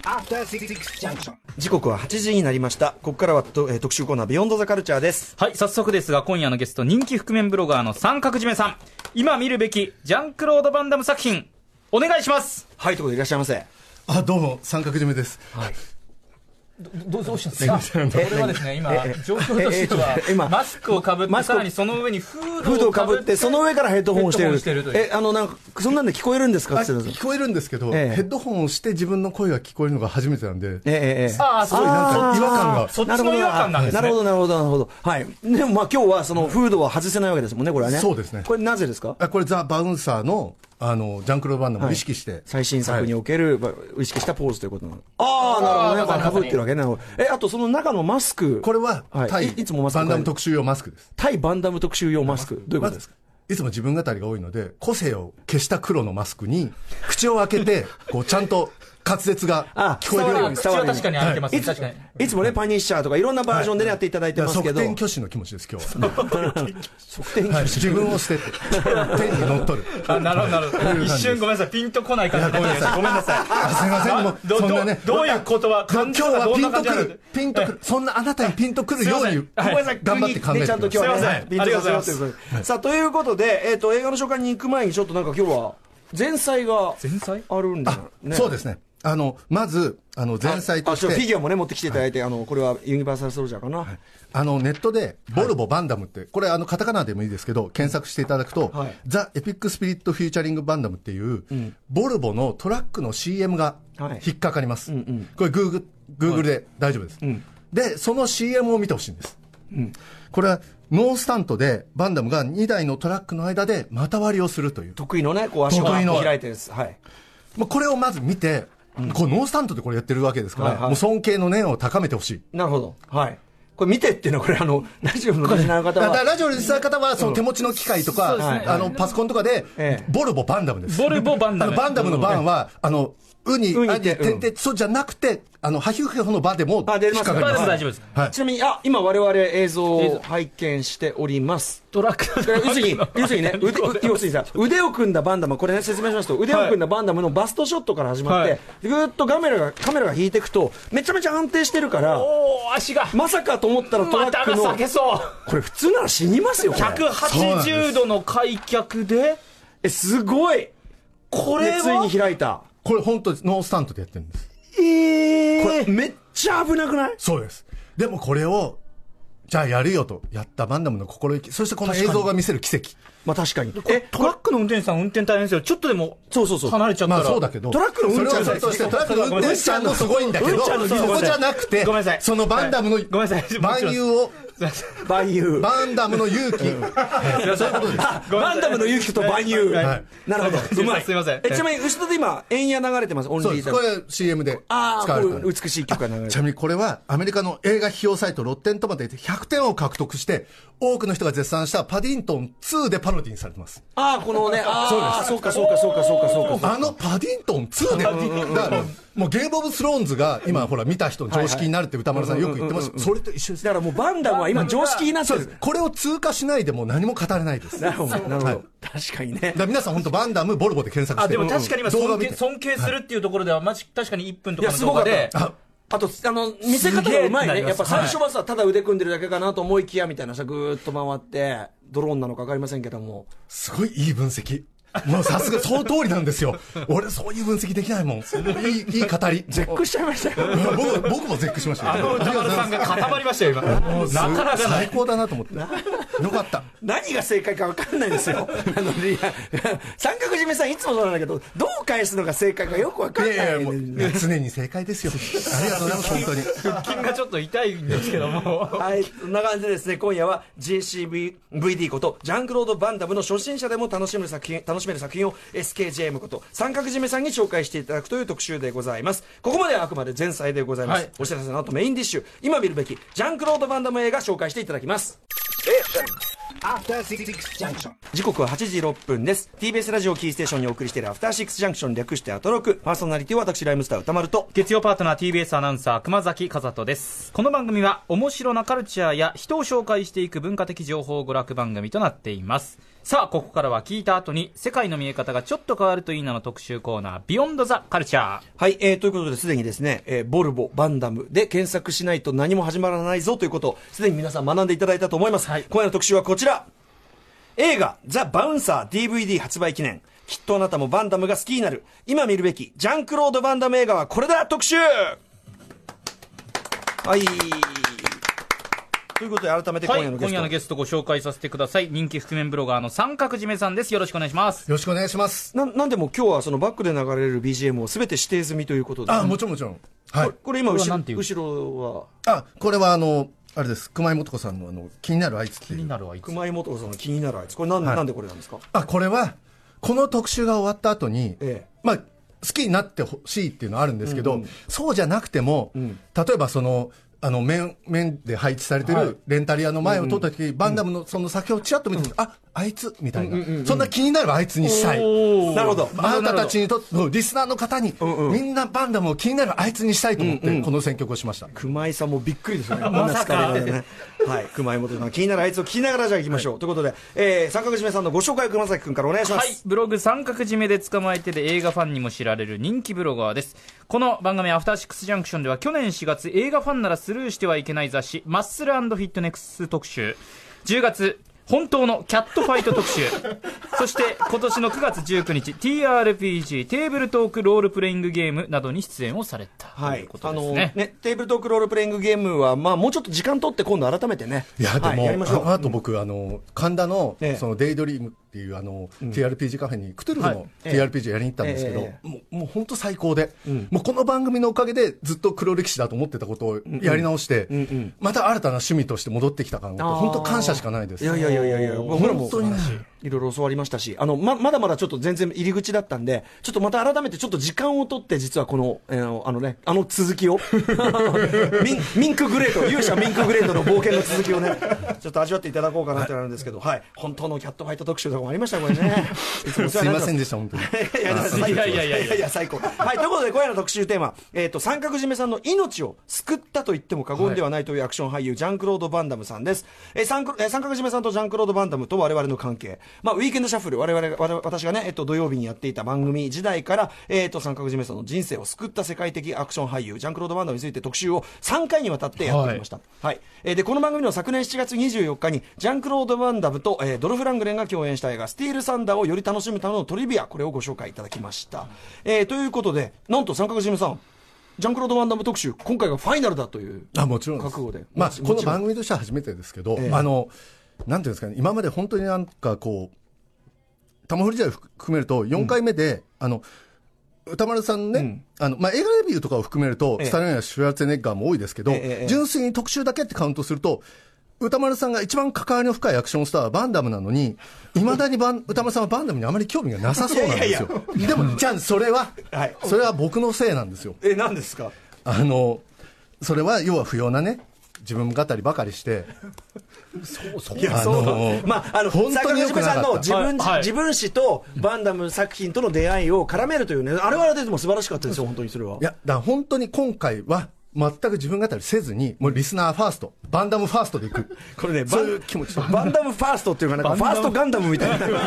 時刻は8時になりました。ここからは特集コーナービヨンドザカルチャーです。 はい、早速ですが今夜のゲスト、人気覆面ブロガーの三角締めさん、今見るべきジャンクロード・バンダム作品お願いします。 はい、ということでいらっしゃいませ。 どうも三角締めです。はい。 どうしたんですか。これはですね、今状況としてはマスクをかぶって、さらにその上にフードをかぶって、 その上からヘッドホンをしてる。 なんかそんなんで聞こえるんですか。 聞こえるんですけど、ヘッドホンをして自分の声が聞こえるのが初めてなんで、すごいなんか違和感が。 そっちの違和感なんですね。 なるほど。はい。でもまあ今日はそのフードは外せないわけですもんね、これはね。 そうですね。 これなぜですか。 これザ・バウンサーのジャンクロード・バンダムを意識して、 最新作における、意識したポーズということなの。なるほどね。かぶってるわけね。あとその中のマスク。 これは対バンダム特集用マスクです。 対バンダム特集用マスク。どういうことですか。 いつも自分語りが多いので、個性を消した黒のマスクに口を開けてちゃんと滑舌が聞こえるように。 口は確かに開けます。確かに。 いつもね、パニッシャーとかいろんなバージョンでやっていただいてますけど。 側転挙手の気持ちです、今日は。 側転挙手。 自分を捨てて、天に乗っ取る。 なるほど。一瞬ごめんなさい、ピンとこない感じで。ごめんなさい。 すみません、もう、そんなね。 どういうことは、 今日はピンとくる。ピンとくる。そんなあなたにピンとくるように、 ごめんなさい、 頑張って考えてください。 ちゃんと今日はね、 ピンとさせようということで。さあ、ということで、映画の紹介に行く前にちょっとなんか今日は、前菜があるんだね。 そうですね。まず、前菜として。 フィギュアもね、持ってきていただいて、これはユニバーサルソルジャーかな。 ネットで、ボルボ・バンダムって、これ、カタカナでもいいですけど、検索していただくと、ザ・エピック・スピリット・フューチャリング・バンダムっていう、ボルボのトラックの CM が引っかかります。これ、Google で大丈夫です。で、その CM を見てほしいんです。これは、ノースタントで、バンダムが2台のトラックの間で股割りをするという。 得意のね、足を開いてるです。はい。 これをまず見て、これノースタントでこれやってるわけですから、もう尊敬の念を高めてほしい。 なるほど。はい。これ見てっていうのは、これラジオのリスナーの方は。 ラジオのリスナーの方は、その手持ちの機械とか、パソコンとかで、ボルボ・バンダムです。 ボルボ・バンダム。 バンダムのバンは、ウに、そうじゃなくて、ハヒフヘホの場でも、引っかかります。 大丈夫です。 ちなみに、今我々映像を拝見しております。 トラック。 要するにね、腕を組んだバンダム、これね、説明しますと、腕を組んだバンダムのバストショットから始まって、ぐーっとカメラが引いていくと、めちゃめちゃ安定してるから、 足が。 まさかと思ったらトラックの、これ普通なら死にますよ、 180度の開脚で。 すごい。これついに開いた。 これ本当ノースタントでやってるんです。 これめっちゃ危なくない？ そうです。でもこれを、じゃあやるよとやったバンダムの心意気、そしてこの映像が見せる奇跡。 まあ確かに。 トラックの運転手さん運転大変ですよ。ちょっとでも離れちゃったら。 まあそうだけど。 トラックの運転手さんとしてトラックの運転手さんもすごいんだけど、そこじゃなくて、そのバンダムの万有を。バンダムの勇気。そういうことです。 バンダムの勇気と万有。なるほど。 すみません。 ちなみに後ろで今円矢流れてます。オンリーこれ CM で使われた。 美しい曲が流れてる。 ちなみにこれはアメリカの映画批評サイトロッテントマトで100点を獲得して多くの人が絶賛したパディントン2でパロディにされてます。 このね、そうか。 パディントン2で。だからもうゲームオブスローンズが今ほら見た人の常識になるって歌丸さんよく言ってます。それと一緒です。 だからもうバンダムは今常識になってる。 これを通過しないでもう何も語れないです。 なるほど。確かにね。 皆さん本当バンダムボルボで検索して。 でも確かに今尊敬するっていうところでは確かに1分とかの動画で。 あと見せ方がうまいね。やっぱ最初はさ、ただ腕組んでるだけかなと思いきやみたいなさ、ぐーっと回ってドローンなのか分かりませんけども、 すごいいい分析。もうさすがその通りなんですよ。俺そういう分析できないもん。いい語り。 絶句しちゃいましたよ。 僕も絶句しましたよ。 歌丸さんが固まりましたよ今。なかなか最高だなと思って。よかった。 何が正解か分かんないですよ。三角締めさんいつもそうなんだけど、どう返すのが正解かよく分かんない。 常に正解ですよ。ありがとうございます本当に。 腹筋がちょっと痛いんですけども。 はい、そんな感じでですね、今夜は JCVD ことジャンクロード・バンダムの初心者でも楽しめる作品を SKJM こと三角締めさんに紹介していただくという特集でございます。ここまではあくまで前菜でございます。お知らせの後メインディッシュ、今見るべきジャンクロード・バンダム映画紹介していただきます。時刻は8時6分です。 TBS ラジオキーステーションにお送りしているアフターシックスジャンクション、略してアトロク。パーソナリティは私ライムスター歌丸と月曜パートナー TBS アナウンサー熊崎和人です。この番組は面白なカルチャーや人を紹介していく文化的情報娯楽番組となっています。 さあここからは聞いた後に世界の見え方がちょっと変わるといいなの特集コーナー、ビヨンドザカルチャー。 はい、ということですでにですね、ボルボバンダムで検索しないと何も始まらないぞということをすでに皆さん学んでいただいたと思います、はい、今夜の特集はこちら。映画ザ・バウンサー DVD 発売記念、きっとあなたもバンダムが好きになる、今見るべきジャンクロード・バンダム映画はこれだ特集。はい、ということで改めて今夜のゲスト、 今夜のゲストご紹介させてください。人気覆面ブロガーの三角締めさんです。よろしくお願いします。 よろしくお願いします。 なんでも今日はそのバックで流れる BGM を全て指定済みということで。 もちろんもちろん、はい、 これ今後ろはこれはあれです、熊井素子さんの気になるあいつっていう。 気になるあいつ。 熊井素子さんの気になるあいつ。これなんでこれなんですか？ これは、この特集が終わった後に、好きになってほしいっていうのはあるんですけど、そうじゃなくても、例えば面で配置されてるレンタリアの前を通った時、バンダムのその先をちらっと見て、あいつみたいな、そんな気になるあいつにしたい。 なるほど。 あなたたちにとってリスナーの方に、みんなバンダムを気になるあいつにしたいと思って、この選曲をしました。 熊井さんもびっくりですよね。まさかね。はい、熊井素子さん気になるあいつを聞きながらじゃあ行きましょう。ということで、三角締めさんのご紹介を熊崎君からお願いします。 はい、ブログ三角締めで捕まえてで映画ファンにも知られる人気ブロガーです。この番組アフターシックスジャンクションでは去年4月、映画ファンならスルーしてはいけない雑誌マッスル&フィットネス特集、10月本当のキャットファイト特集そして今年の9月19日 TRPG テーブルトークロールプレイングゲームなどに出演をされたということですね。 テーブルトークロールプレイングゲームは、もうちょっと時間取って今度改めてね。 いやでも、やりましょう。あと僕神田のそのデイドリームっていうTRPG カフェにクトゥルフの TRPG やりに行ったんですけど、もう本当最高で、もうこの番組のおかげでずっと黒歴史だと思ってたことをやり直して、また新たな趣味として戻ってきた感が本当感謝しかないです。 いや僕らも本当にね、いろいろ教わりましたし、まだまだちょっと全然入り口だったんで、ちょっとまた改めてちょっと時間を取って、実はこの続きをミンクグレート、勇者ミンクグレートの冒険の続きをね、ちょっと味わっていただこうかなってなるんですけど、はい、本当のキャットファイト特集とかもありましたこれね。 すいませんでした本当に。 いや最高。はい、ということで今夜の特集テーマ、三角締めさんの命を救ったと言っても過言ではないというアクション俳優ジャンクロード・バンダムさんです。三角締めさんとジャンクロード・バンダムと我々の関係、ウィークエンドシャッフル、私がね、土曜日にやっていた番組時代から、三角締めさんの人生を救った世界的アクション俳優ジャンクロード・バンダムについて特集を3回にわたってやってきました。はい、でこの番組の昨年7月24日にジャンクロード・バンダムと、ドルフ・ラングレンが共演した映画スティール・サンダーをより楽しむためのトリビア、これをご紹介いただきました。ということで、なんと三角締めさん、ジャンクロード・バンダム特集、今回がファイナルだというもちろん覚悟で、 この番組としては初めてですけど、なんていうんですかね、今まで本当になんかこう玉振り時代を含めると4回目で、歌丸さんね、映画レビューとかを含めると、スタローンやシュワルツェネッガーも多いですけど、純粋に特集だけってカウントすると、歌丸さんが一番関わりの深いアクションスターはバンダムなのに、いまだに歌丸さんはバンダムにあまり興味がなさそうなんですよ。でもじゃあそれは僕のせいなんですよ。 何ですか？ それは要は不要なね、自分語りばかりして、 本当によくなかった。自分史とバンダム作品との出会いを絡めるというね、あれはでも素晴らしかったですよ、本当にそれは。 いや、だから本当に今回は全く自分語りせずに、もうリスナーファースト、バンダムファーストでいく。 これね、 そういう気持ち。 バンダムファーストっていうか、なんかファーストガンダムみたいな。何なん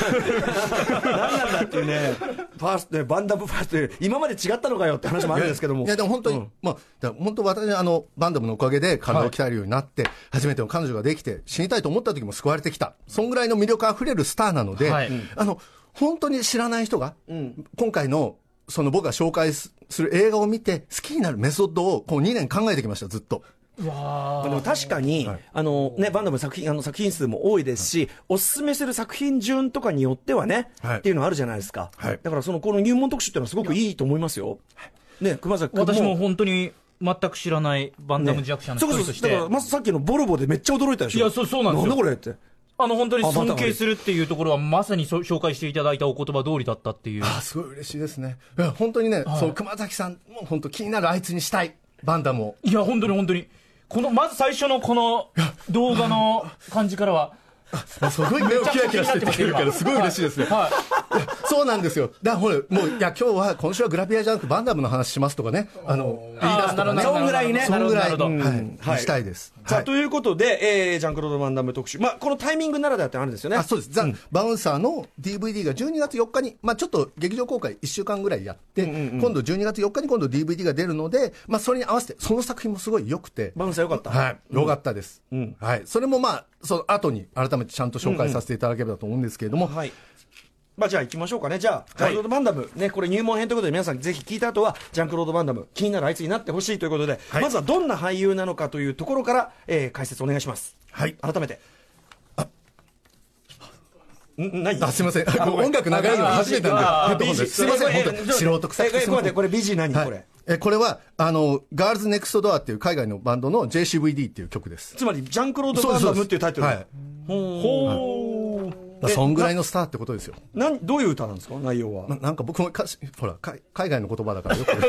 だっていうね、バンダムファーストで、今まで違ったのかよって話もあるんですけども。 いやでも本当に、本当私バンダムのおかげで体を鍛えるようになって、初めての彼女ができて、死にたいと思った時も救われてきた。そんぐらいの魅力あふれるスターなので、本当に知らない人が、今回の僕が紹介する映画を見て好きになるメソッドをこう2年考えてきました、ずっと。 でも確かに、バンダムの作品数も多いですし、おすすめする作品順とかによってはね、っていうのあるじゃないですか。だからこの入門特集っていうのはすごくいいと思いますよ。ね、熊崎君も。 私も本当に全く知らないバンダム弱者の一人として。 だからさっきのボルボでめっちゃ驚いたでしょ。 いや、そうなんですよ。 なんだこれって。 本当に尊敬するっていうところはまさに紹介していただいたお言葉通りだったっていう。 すごい嬉しいですね。いや本当にね、熊崎さんも本当気になるあいつにしたい、バンダムを。 いや本当にまず最初のこの動画の感じからはすごい目をキラキラしててるからすごい嬉しいですね、そうなんですよ。だからほらもういや今週はグラビアじゃなくバンダムの話しますとかね、言い出すとかね、 そんぐらいね、 そんぐらいしたいです。 さあということで、ジャンクロード・バンダム特集、このタイミングならではってあるんですよね。 そうです。バウンサーの DVD が12月4日に、ちょっと劇場公開1週間ぐらいやって、今度12月4日に今度 DVD が出るので、それに合わせてその作品もすごい良くて、 バウンサー良かった。 良かったです。それもその後に改めてちゃんと紹介させていただければと思うんですけれども、 じゃあ行きましょうかね。じゃあジャンクロード・バンダムね、これ入門編ということで皆さんぜひ聞いた後はジャンクロード・バンダム気になるあいつになってほしいということで、まずはどんな俳優なのかというところから、解説お願いします。改めてすいません、音楽流れるの初めてなんで、すいません、本当に素人臭くて。 これ BG 何これ？ これはガールズネクストドアっていう海外のバンドの JCVD っていう曲です。 つまりジャンクロード・バンダムっていうタイトル。 そんぐらいのスターってことですよ。 どういう歌なんですか、内容は。 なんか僕もほら海外の言葉だからよく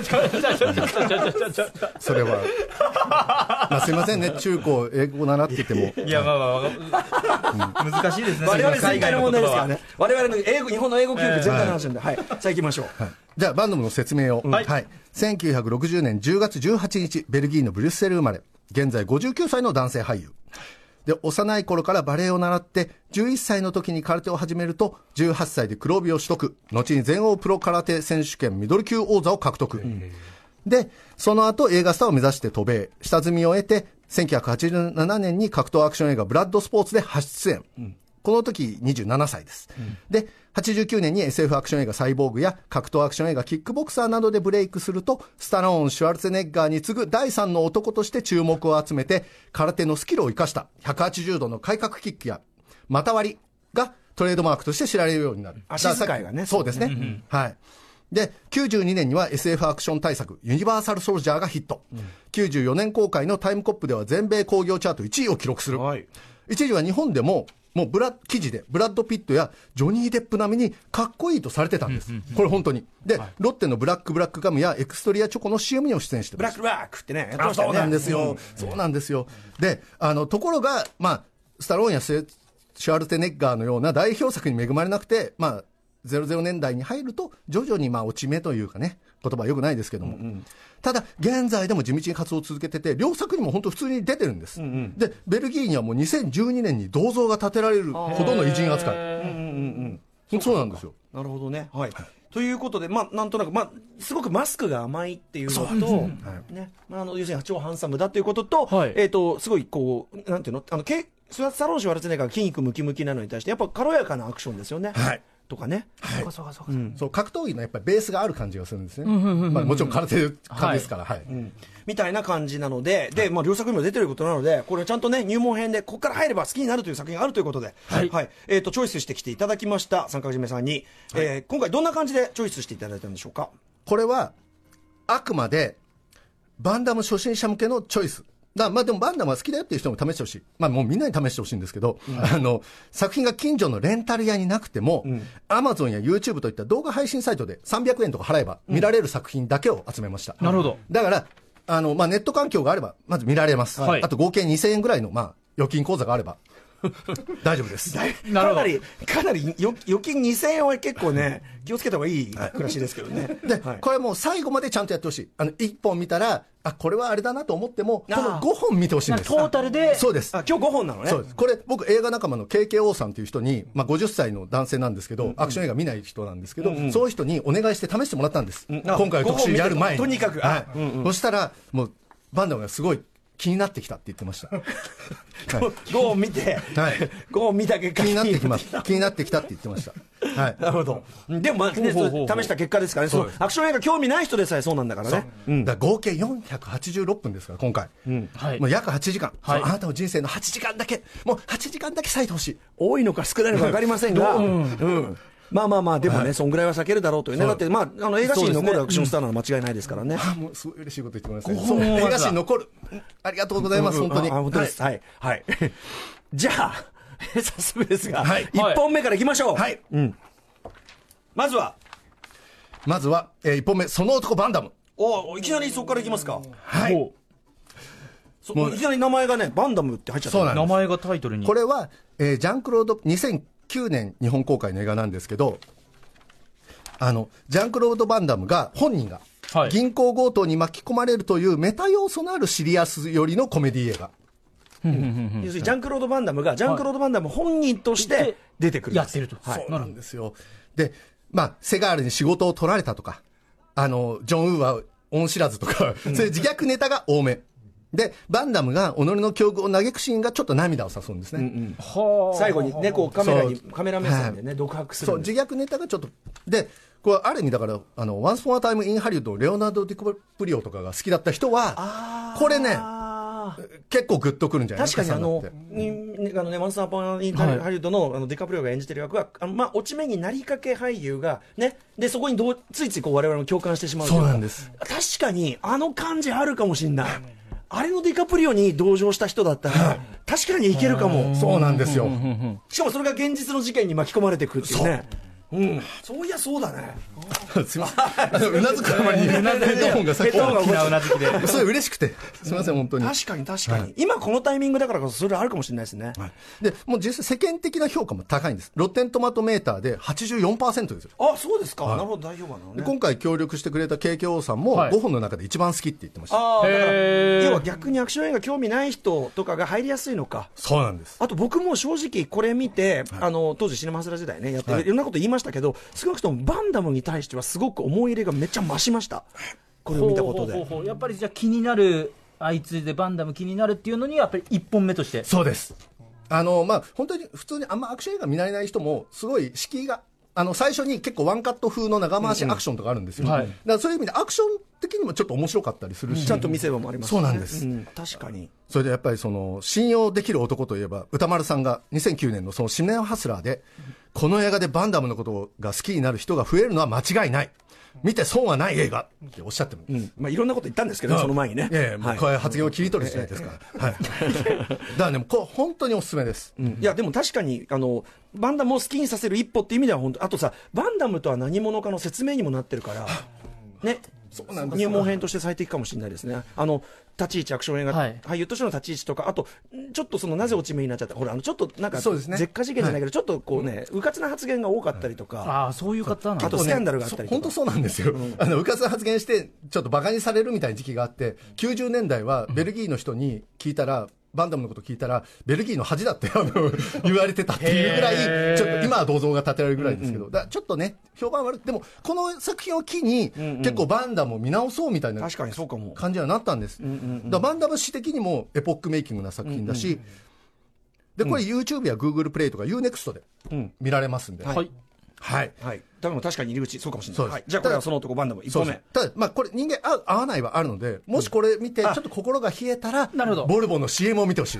それはすいませんね、中高英語習ってても。 いや難しいですね。 我々全体の問題ですからね。我々の日本の英語教育全体の話なんで、さあ行きましょう。 じゃあバンダムの説明を。1960年10月18日ベルギーのブリュッセル生まれ、現在59歳の男性俳優で、幼い頃からバレエを習って11歳の時に空手を始めると18歳で黒帯を取得、後に全欧プロ空手選手権ミドル級王座を獲得、でその後映画スターを目指して渡米、下積みを得て1987年に格闘アクション映画ブラッドスポーツで初出演、この時27歳です、で89年に SF アクション映画サイボーグや格闘アクション映画キックボクサーなどでブレイクすると、スタローン、シュワルツェネッガーに次ぐ第3の男として注目を集めて、空手のスキルを生かした180度の開角キックや股割りがトレードマークとして知られるようになる。 足使いがね。 そうですね、で92年には SF アクション大作ユニバーサルソルジャーがヒット、94年公開のタイムコップでは全米興行チャート1位を記録する、一時は日本でも記事でブラッド・ピットやジョニー・デップ並みにかっこいいとされてたんです、これ本当に。で、ロッテのブラックガムやエクストリアチョコの CM にも出演してます。 ブラックってね、やってましたね。 そうなんですよ、そうなんですよ。でところが、スタローンやシュワルツェネッガーのような代表作に恵まれなくて、00年代に入ると徐々に落ち目というかね、言葉はよくないですけども、ただ現在でも地道に活動を続けてて、両作にも本当普通に出てるんです、でベルギーにはもう2012年に銅像が建てられるほどの偉人扱い、そうなんですよ。 なるほどね、ということで、なんとなく、すごくマスクが甘いっていうのと、要するに超ハンサムだということと、すごいこうなんていうの、スタローン・シュワルツェネッガーが筋肉ムキムキなのに対してやっぱ軽やかなアクションですよね。とかね、 そう格闘技のやっぱりベースがある感じがするんですね。もちろん空手家ですから、 みたいな感じなので、両作にも出てることなので、これちゃんとね入門編でここから入れば好きになるという作品があるということで、チョイスしてきていただきました三角締めさんに、今回どんな感じでチョイスしていただいたんでしょうか。 これはあくまでバンダム初心者向けのチョイスでもバンダムは好きだよっていう人も試してほしい、もうみんなに試してほしいんですけど、作品が近所のレンタル屋になくても、Amazon や YouTube といった動画配信サイトで300円とか払えば見られる作品だけを集めました、 なるほど。 だからネット環境があればまず見られます、あと合計2000円ぐらいの預金口座があれば大丈夫です。 かなり預金2000円は結構ね気をつけた方がいい暮らしですけどね。 で、これはもう最後までちゃんとやってほしい。1本見たらこれはあれだなと思ってもこの5本見てほしいんです。 トータルで。 そうです。 今日5本なのね。 そうです。これ僕映画仲間の KKO さんという人に、50歳の男性なんですけど、アクション映画見ない人なんですけど、そういう人にお願いして試してもらったんです、今回の特集やる前に。 とにかく、 そしたらもうバンダムがすごい気になってきたって言ってました。 5を見て、5を見た結果気になってきました。気になってきたって言ってました。 なるほど。でも試した結果ですからね。アクション映画興味ない人でさえそうなんだからね。 だ合計486分ですから今回。もう約8時間。あなたの人生の8時間だけ、もう8時間だけ割いてほしい。 多いのか少ないのか分かりませんが。でもね、そんぐらいは避けるだろうというね。だって映画史に残るアクションスターなのは間違いないですからね。 もうすごい嬉しいこと言ってください。映画史に残る。ありがとうございます、本当に。 本当です。じゃあ早速ですが、1本目からいきましょう。まずは 1本目、その男バンダム。 いきなりそこからいきますか。 もういきなり名前がねバンダムって入っちゃった。 そうなんです。 名前がタイトルに。 これは、ジャンクロード2009年日本公開の映画なんですけど、ジャンクロード・バンダムが本人がはい銀行強盗に巻き込まれるというメタ要素のあるシリアス寄りのコメディ映画。 要するにジャンクロード・バンダムがジャンクロード・バンダム本人として出てくる、 やってると。 そうなんですよ。で、セガールに仕事を取られたとか、ジョン・ウーは恩知らずとか、そういう自虐ネタが多め。で、バンダムが己の境遇を嘆くシーンがちょっと涙を誘うんですね。 最後にね、こうカメラ目線でね、独白する。 そう、自虐ネタがちょっと。で、これある意味だから、Once Upon a Time in Hollywoodのレオナルド・ディカプリオとかが好きだった人は、これね、結構グッとくるんじゃないですか。 確かにワンスアポン・イン・ハリウッドのディカプリオが演じてる役は、落ち目になりかけ俳優がね、でそこについついこう我々も共感してしまう。 そうなんです。 確かに感じあるかもしれない。あれのディカプリオに同情した人だったら、確かにいけるかも。 そうなんですよ。 しかもそれが現実の事件に巻き込まれていくっていうね。そういやそうだね。 すみません。うなずくあまりヘッドホンがさっき大きなうなずきで。 それ嬉しくて。すみません、本当に。 確かに。今このタイミングだからこそそれあるかもしれないですね。 で、もう実際世間的な評価も高いんです。ロッテントマトメーターで 84% ですよ。 あ、そうですか。なるほど、大評判なのね。 今回協力してくれた KKO さんも5本の中で一番好きって言ってました。 だから要は逆にアクション映画興味ない人とかが入りやすいのか。 そうなんです。 あと僕も正直これ見て、当時シネマハスラ時代ね、やっていろんなこと言いましたけど、少なくともバンダムに対してはすごく思い入れがめっちゃ増しました。これを見たことで。 やっぱりじゃあ気になる、あいつでバンダム気になるっていうのにやっぱり一本目として。 そうです。本当に普通にあんまアクション映画見慣れない人もすごい敷居が最初に結構ワンカット風の長回しアクションとかあるんですよ。だからそういう意味でアクション的にもちょっと面白かったりするし、 ちゃんと見せ場もありますね。 そうなんです。 確かに。 それでやっぱり信用できる男といえば歌丸さんが2009年のそのシネマハスラーで、この映画でバンダムのことが好きになる人が増えるのは間違いない。見て損はない映画っておっしゃってる。 いろんなこと言ったんですけど、その前にね。 もうこういう発言を切り取る時代ですから。だからね、本当におすすめです。 いや、でも確かに、バンダムを好きにさせる一歩っていう意味では本当、あとさ、バンダムとは何者かの説明にもなってるから、ね。入門編として最適かもしれないですね。立ち位置、アクション映画、俳優としての立ち位置とか、あと、ちょっとなぜ落ち目になっちゃった、ほら、ちょっとなんか、絶火事件じゃないけど、ちょっとこうね、うかつな発言が多かったりとか、 そういう方なんだ。 あとスキャンダルがあったりとか。 本当そうなんですよ。うかつな発言して、ちょっとバカにされるみたいな時期があって、90年代はベルギーの人に聞いたら、バンダムのこと聞いたらベルギーの恥だって言われてたっていうぐらい、ちょっと今は銅像が建てられるぐらいですけど、ちょっとね評判悪い。でもこの作品を機に結構バンダムを見直そうみたいな感じにはなったんです。だからバンダム史的にもエポックメイキングな作品だし、でこれ YouTube や Google プレイとか UNEXT で見られますんで、はい。 でも確かに入り口、そうかもしれない。じゃあこれはその男バンダム1本目。 ただ、これ人間合わないはあるので、もしこれ見てちょっと心が冷えたら、ボルボの CM を見てほしい。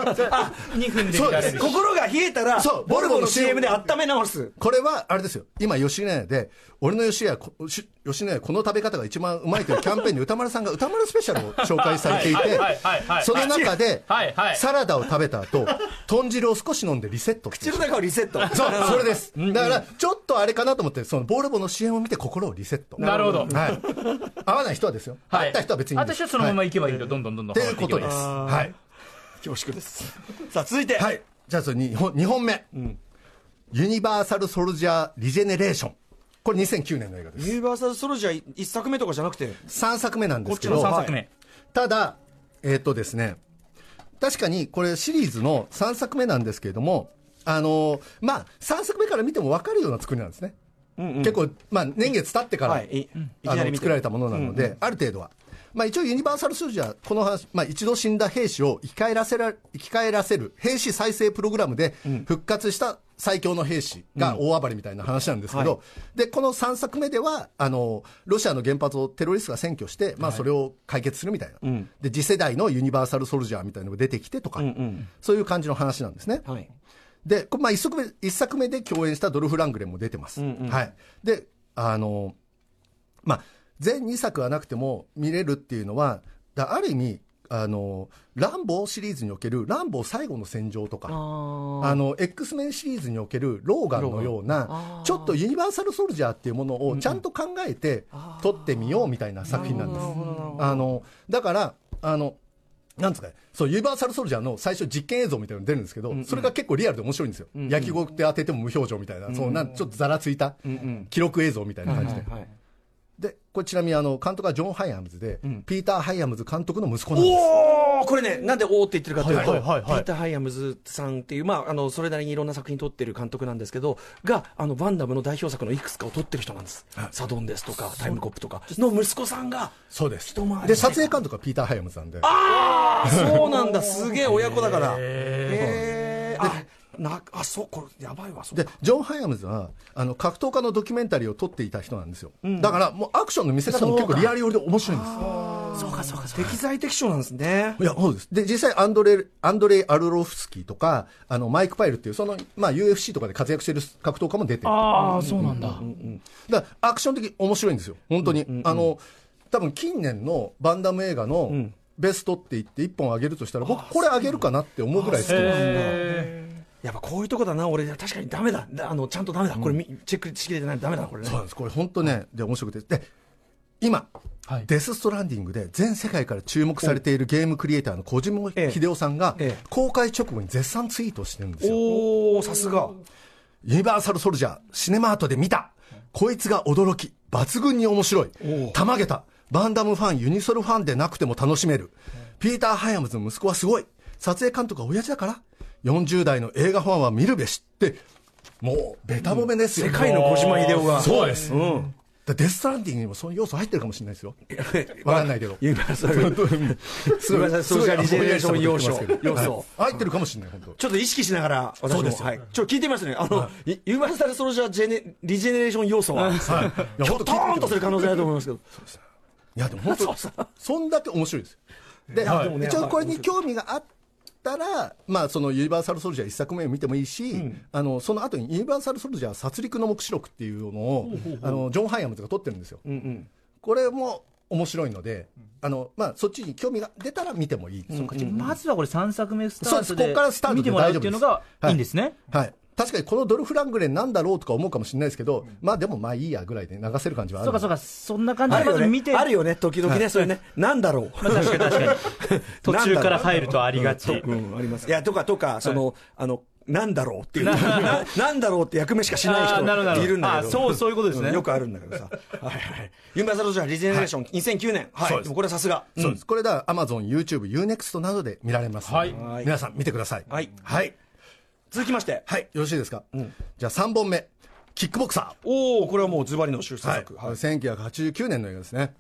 2分で見られる。 心が冷えたら、ボルボの CM で温め直す。 これは、あれですよ。今、吉野家で、俺の吉野家この食べ方が一番うまいというキャンペーンで歌丸さんが歌丸スペシャルを紹介されていて、その中で、サラダを食べた後、豚汁を少し飲んでリセット。 口の中をリセット。 そう、それです。だから、ちょっとあれかなと思って、そのボルボの CM を見て心をリセット。 なるほど。 合わない人はですよ。合った人は別に。 私はそのまま行けばいいと、どんどん。 ということです。はい。 恐縮です。さあ、続いて。 はい。じゃあ、2本目。ユニバーサル・ソルジャー・リジェネレーション。これ2009年の映画です。 ユニバーサル・ソルジャー1作目とかじゃなくて 3作目なんですけど、 こっちの3作目。 ただ、ですね、確かにこれシリーズの3作目なんですけれども、3作目から見ても分かるような作りなんですね。結構、年月経ってから作られたものなので、ある程度は。一応ユニバーサル・ソルジャー、この話、一度死んだ兵士を生き返らせる兵士再生プログラムで復活した最強の兵士が大暴れみたいな話なんですけど、でこの3作目ではロシアの原発をテロリストが占拠して、それを解決するみたいな、で次世代のユニバーサル・ソルジャーみたいなのが出てきてとか、そういう感じの話なんですね。で1作目で共演したドルフ・ラングレンも出てます。で全2作はなくても見れるっていうのは、ある意味ランボーシリーズにおけるランボー最後の戦場とか、X メンシリーズにおけるローガンのような、ちょっとユニバーサルソルジャーっていうものをちゃんと考えて撮ってみようみたいな作品なんです。だからなんですかね、そう、ユニバーサルソルジャーの最初実験映像みたいなの出るんですけど、それが結構リアルで面白いんですよ。焼きごって当てても無表情みたいな、そうちょっとざらついた記録映像みたいな感じで。で、これちなみに監督はジョン・ハイアムズで、ピーター・ハイアムズ監督の息子なんです。 これね、なんでおーって言ってるかというと、ピーター・ハイアムズさんっていう、それなりにいろんな作品撮ってる監督なんですけど、バンダムの代表作のいくつかを撮ってる人なんです。サドンですとか、タイムコップとかの息子さんが、 そうです。で、撮影監督はピーター・ハイアムズなんで。 そうなんだ、すげえ親子だから。そう、これやばいわ。 でジョン・ハイアムズは格闘家のドキュメンタリーを撮っていた人なんですよ、だからもうアクションの見せ方も結構リアル寄りで面白いんです。 そうか適材適所なんですね。 いやそうです。で実際アンドレイ・アルロフスキーとかマイク・パイルっていうUFC とかで活躍している格闘家も出てる。 そうなんだ。 だからアクション的に面白いんですよ本当に。多分近年のバンダム映画のベストって言って1本あげるとしたら僕これあげるかなって思うぐらい好きなんです。 やっぱこういうとこだな、俺確かにダメだ、ちゃんとダメだ、これチェックしきれてないとダメだこれね。 そうなんです。これ本当ね、で面白くて、で今、デス・ストランディングで全世界から注目されているゲームクリエイターの小島秀夫さんが公開直後に絶賛ツイートしてるんですよ。 おー、さすが。 ユニバーサルソルジャーシネマートで見た、こいつが驚き抜群に面白い、たまげた、バンダムファンユニソルファンでなくても楽しめる、ピーター・ハイアムズの息子はすごい、撮影監督は親父だから40代の映画ファンは見るべしって、もうベタ褒めですよ、 世界の小島秀夫が。 そうです、デス・ストランディングにもそういう要素入ってるかもしれないですよ。わかんないけどユニバーサルソーシャルリジェネレーション要素入ってるかもしれない。本当ちょっと意識しながら私もちょっと聞いてみますね。ユニバーサルソルジャーリジェネレーション要素はひょとーんとする可能性あると思いますけど、 いやでも本当そんだけ面白いです。で一応これに興味があったら、そのユニバーサルソルジャー1作目を見てもいいし、その後にユニバーサルソルジャー殺戮の黙示録っていうのをジョン・ハイアムズが撮ってるんですよ。これも面白いので、そっちに興味が出たら見てもいい。 まずはこれ3作目スタートでここからスタートで見てもらうっていうのがいいんですね。 はい。確かにこのドルフ・ラングレンなんだろうとか思うかもしれないですけど、でもいいやぐらいで流せる感じはある。 そうかそんな感じでまず見てあるよね、時々ね、それね、なんだろう、 確かに途中から入るとありがち。 あります。いやとかなんだろうっていうなんだろうって役目しかしない人いるんだけど、 そういうことですね。 よくあるんだけどさ。ユニバーサルソルジャーリジェネレーション2009年。でもこれさすが。 そうです。これだ Amazon、YouTube、Unext などで見られます。皆さん見てください。はい。 続きまして、 よろしいですか。じゃあ3本目、キックボクサー。これはもうズバリの出世作。 1989年の映画ですね。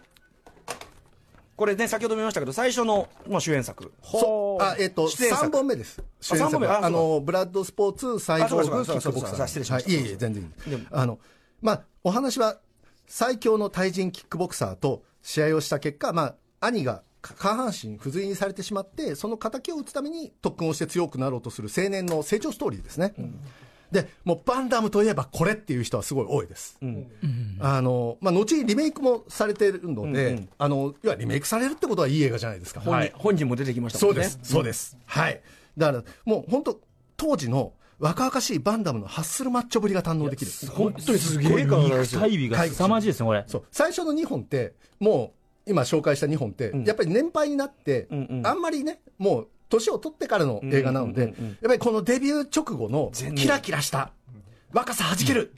これね、先ほど見ましたけど最初の主演作。 3本目です。主演作。ブラッドスポーツサイボーグキックボクサー。 失礼しました。 いえ全然いい。お話は最強の対人キックボクサーと試合をした結果、兄が下半身不随にされてしまって、その敵を討つために特訓をして強くなろうとする青年の成長ストーリーですね。でもうバンダムといえばこれっていう人はすごい多いです。後にリメイクもされているので、要はリメイクされるってことはいい映画じゃないですか。 本人も出てきましたもんね。 そうです。はい。だからもう本当当時の若々しいバンダムのハッスルマッチョぶりが堪能できる。 本当にすげえ肉体美が凄まじいですねこれ。 最初の2本ってもう今紹介した2本って、やっぱり年配になって、あんまりね、もう年を取ってからの映画なので、やっぱりこのデビュー直後のキラキラした若さはじける、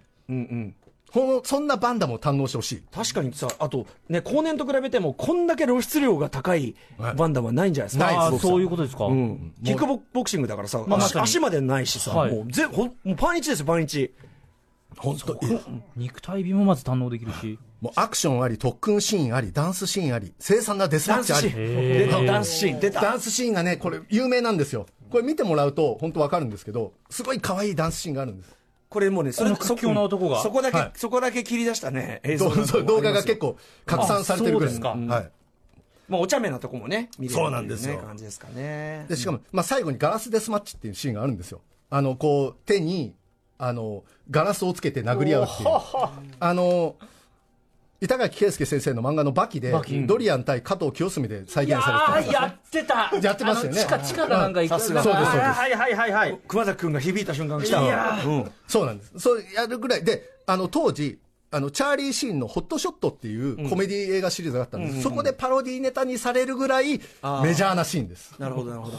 そんなバンダムを堪能してほしい。 確かにさ、あとね、後年と比べてもこんだけ露出量が高いバンダムはないんじゃないですか。 そういうことですか。 キックボクシングだからさ、足までないしさ、もうパンイチですよ、パンイチ。 本当肉体美もまず堪能できるし、 もうアクションあり、特訓シーンあり、ダンスシーンあり、凄惨なデスマッチあり。 ダンスシーン出た。 ダンスシーンがね、これ有名なんですよ。これ見てもらうと本当わかるんですけど、すごい可愛いダンスシーンがあるんです。 これもうね、その屈強な男がそこだけ切り出したね映像動画が結構拡散されてるぐらい。 そうですか。 お茶目なとこもね見れるそうなんですよ。 感じですかね。 でしかも最後にガラスデスマッチっていうシーンがあるんですよ。こう手にガラスをつけて殴り合うっていう板垣圭介先生の漫画のバキでドリアン対加藤清澄で再現されてやってますよね。地下がなんかさすが。 そうですそうです。 熊崎君が響いた瞬間が来た。 そうなんです。そうやるぐらいで当時チャーリー・シーンのホットショットっていうコメディ映画シリーズがあったんです、そこでパロディネタにされるぐらいメジャーなシーンです。 なるほどなるほ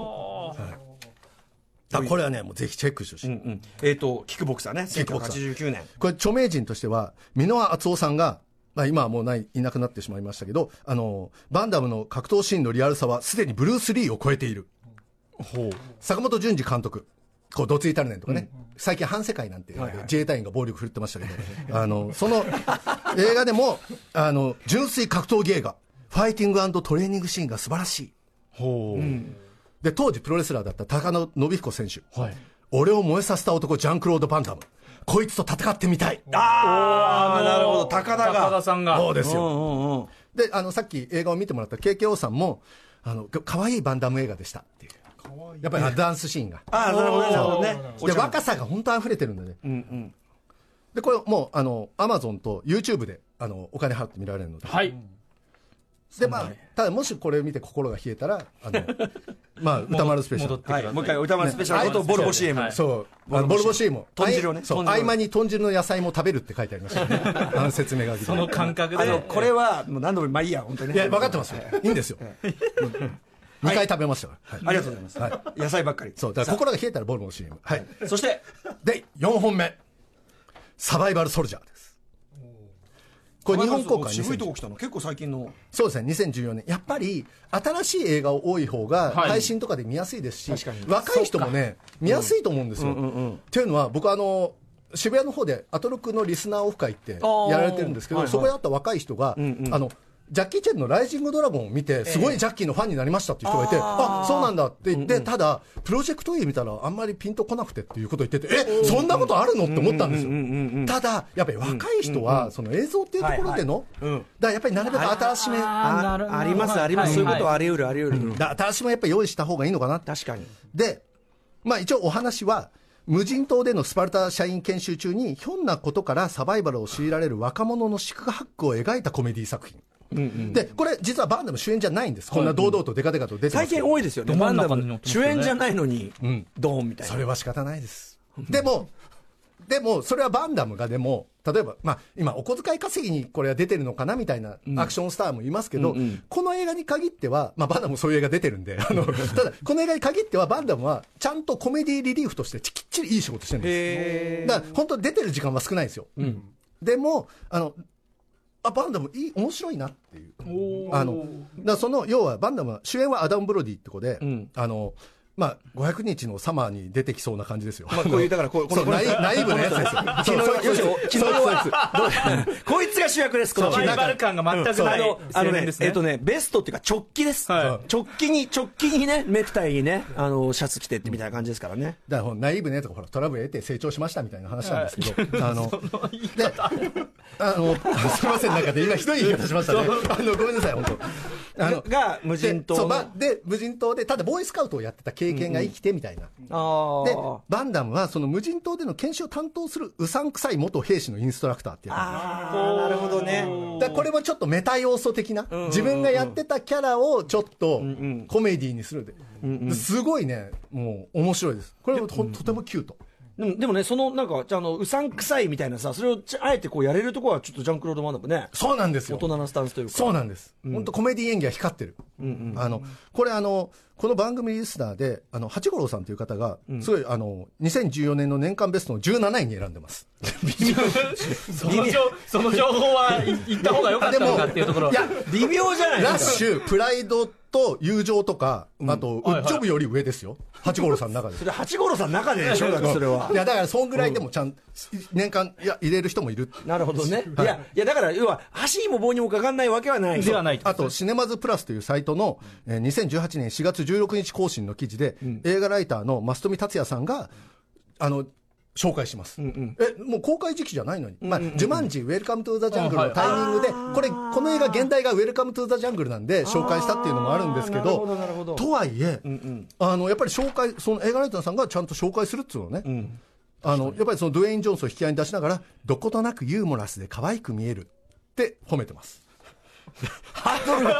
ど。 これはね、もうぜひチェックしてほしい。 キックボクサーね、1989年。 これ、著名人としては、箕輪敦夫さんが、今はもういなくなってしまいましたけど、バンダムの格闘シーンのリアルさは、すでにブルース・リーを超えている。坂本淳二監督、どついたるねんとかね、最近、反世界なんて、自衛隊員が暴力振るってましたけど、その映画でも、純粋格闘技映画、ファイティング&トレーニングシーンが素晴らしい。で、当時プロレスラーだった高野信彦選手、俺を燃えさせた男、ジャンクロード・バンダム、こいつと戦ってみたい。 なるほど、高田さんが。 そうですよ。で、さっき映画を見てもらった KKO さんも、可愛いバンダム映画でしたっていう。やっぱりダンスシーンが。 なるほどね。 で、若さが本当溢れてるんでね。で、これもう、Amazon と YouTube で、お金払って見られるので。 はい。 で、ただもしこれを見て心が冷えたら、歌丸スペシャル。 もう一回歌丸スペシャルとボルボ CM。 そう。ボルボ CM。 豚汁をね。 そう。合間に豚汁の野菜も食べるって書いてありましたね。説明が。 その感覚で。 これは、もう何度も、まあいいや、本当にね。 いや、分かってますよ。いいんですよ。2回食べましたから。 ありがとうございます。野菜ばっかり。 そう。だから心が冷えたらボルボ CM。はい。 そして、 で、4本目。サバイバルソルジャーです。これ日本公開渋いとこ来たの結構最近の。 そうですね、2014年。やっぱり、新しい映画多い方が、配信とかで見やすいですし、若い人もね、見やすいと思うんですよ。っていうのは、僕渋谷の方でアトロクのリスナーオフ会ってやられてるんですけど、そこで会った若い人が、ジャッキー・チェンのライジングドラゴンを見て、すごいジャッキーのファンになりましたっていう人がいて、そうなんだって言って、ただ、プロジェクト A 見たらあんまりピンとこなくてっていうことを言ってて、そんなことあるのって思ったんですよ。ただ、やっぱり若い人は、その映像っていうところでの、だからやっぱりなるべく新しめ。 あります、あります。そういうことはあり得る、あり得る。 新しめやっぱり用意した方がいいのかな。 確かに。 で、一応お話は、無人島でのスパルタ社員研修中に、ひょんなことからサバイバルを強いられる若者の四苦八苦を描いたコメディ作品。で、これ実はバンダム主演じゃないんです。こんな堂々とデカデカと出てます。 最近多いですよね。バンダム主演じゃないのに、ドーンみたいな。 それは仕方ないです。でも、それはバンダムが例えば、今、お小遣い稼ぎにこれは出てるのかなみたいなアクションスターもいますけど、この映画に限っては、バンダムもそういう映画出てるんで、ただ、この映画に限っては、バンダムはちゃんとコメディリリーフとしてきっちりいい仕事してるんです。だから、本当に出てる時間は少ないんですよ。でも、バンダム面白いなっていう。要はバンダムは、主演はアダム・ブロディって子で、500日のサマーに出てきそうな感じですよ。 こういう、だからこれナイーブなやつですよ。 こいつが主役です。 サバイバル感が全くない青年ですね。 ベストっていうか直帰です。直帰にね、ネクタイにね、シャツ着てってみたいな感じですからね。 だからナイーブねとか、トラブル得て成長しましたみたいな話なんですけど、すみません、なんかで今ひどい言い方しましたね。ごめんなさい、本当。 が無人島で無人島でただボーイスカウトをやってた経験が生きてみたいな。でバンダムはその無人島での研修を担当するうさんくさい元兵士のインストラクターっていう。 なるほどね。 これもちょっとメタ要素的な、自分がやってたキャラをちょっとコメディにするですごいね、もう面白いです。これはとてもキュート。 でもね、なんかうさんくさいみたいなさ、それをあえてやれるところはちょっとジャンクロード・バンダムね。 そうなんですよ。 大人なスタンスというか。 そうなんです。本当コメディ演技が光ってる。これこの番組リスナーで八五郎さんという方がすごい2014年の年間ベストの17位に選んでます。 その情報は言った方が良かったのかっていうところ。 いや微妙じゃないですか。 ラッシュ、プライドと友情とか、あとウッジョブより上ですよ。八五郎さんの中で。 それ八五郎さんの中ででしょ。それは。 いやだからそんぐらいでもちゃん年間入れる人もいる。 なるほどね。いやだから要は箸にも棒にもかかんないわけはない。 ではない。 あとシネマズプラスというサイトの2018年4月16日更新の記事で、映画ライターの増富達也さんが紹介します。もう公開時期じゃないのに、ジュマンジウェルカムトゥーザジャングルのタイミングで、この映画現代がウェルカムトゥーザジャングルなんで紹介したっていうのもあるんですけど、とはいえ、やっぱりその映画ライターさんがちゃんと紹介するっていうのね、やっぱりそのドゥエイン・ジョンソンを引き合いに出しながら、どことなくユーモラスで可愛く見えるって褒めてます。 ハ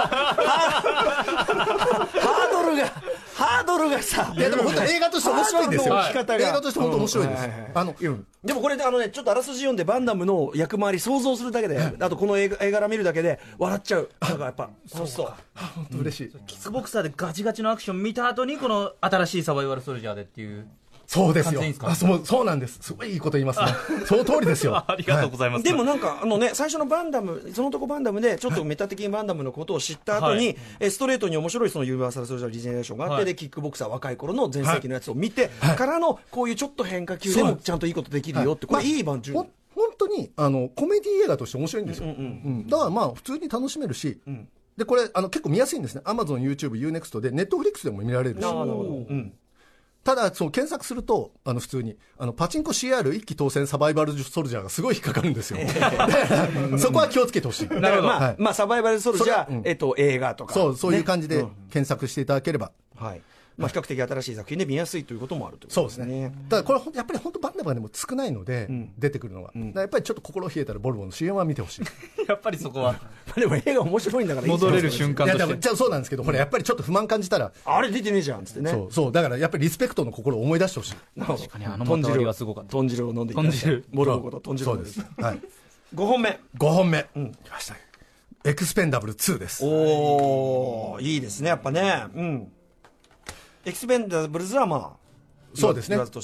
ードルがさ、 いやでも本当映画として面白いんですよ。 ハードルの置き方が映画として本当面白いです。 でもこれでちょっとあらすじ読んでバンダムの役回り想像するだけで、あとこの絵柄見るだけで笑っちゃう。だからやっぱ楽しそう。 本当嬉しい。 キックボクサーでガチガチのアクション見た後にこの新しいサバイバルソルジャーでっていう。 そうですよ。 完全にですか？ そうなんです。すごいいいこと言いますね。その通りですよ。 ありがとうございます。 でもなんか最初のバンダム、そのとこバンダムでちょっとメタ的にバンダムのことを知った後に、ストレートに面白いそのユニバーサルソルジャーリジェネレーションがあって、でキックボクサー若い頃の全盛期のやつを見てからのこういうちょっと変化球でもちゃんといいことできるよって、これいい番中。 本当にコメディ映画として面白いんですよ。だからまあ普通に楽しめるし。でこれ結構見やすいんですね。Amazon、YouTube、Unext で Netflix でも見られるし。ただその検索すると普通にパチンコ CR 一気当選サバイバルソルジャーがすごい引っかかるんですよ。そこは気をつけてほしい。 なるほど。まあサバイバルソルジャー映画とかそういう感じで検索していただければ。 はい。まあ比較的新しい作品で見やすいということもあるということですね。 そうですね。ただこれやっぱり本当バンダムがでも少ないので出てくるのは、やっぱりちょっと心冷えたらボルボの CM は見てほしい。 やっぱりそこはでも映画面白いんだから戻れる瞬間として。 じゃあそうなんですけど、これやっぱりちょっと不満感じたらあれ出てねえじゃんっつってね。 そうだからやっぱりリスペクトの心を思い出してほしい。 確かにまとわりはすごかった。 豚汁を飲んでいただいて。ボルボこと豚汁を。そうです。はい。5本目。 5本目。来ました。エクスペンダブル2です。 おー、いいですねやっぱね。エクスペンダブルズはまあそうですねの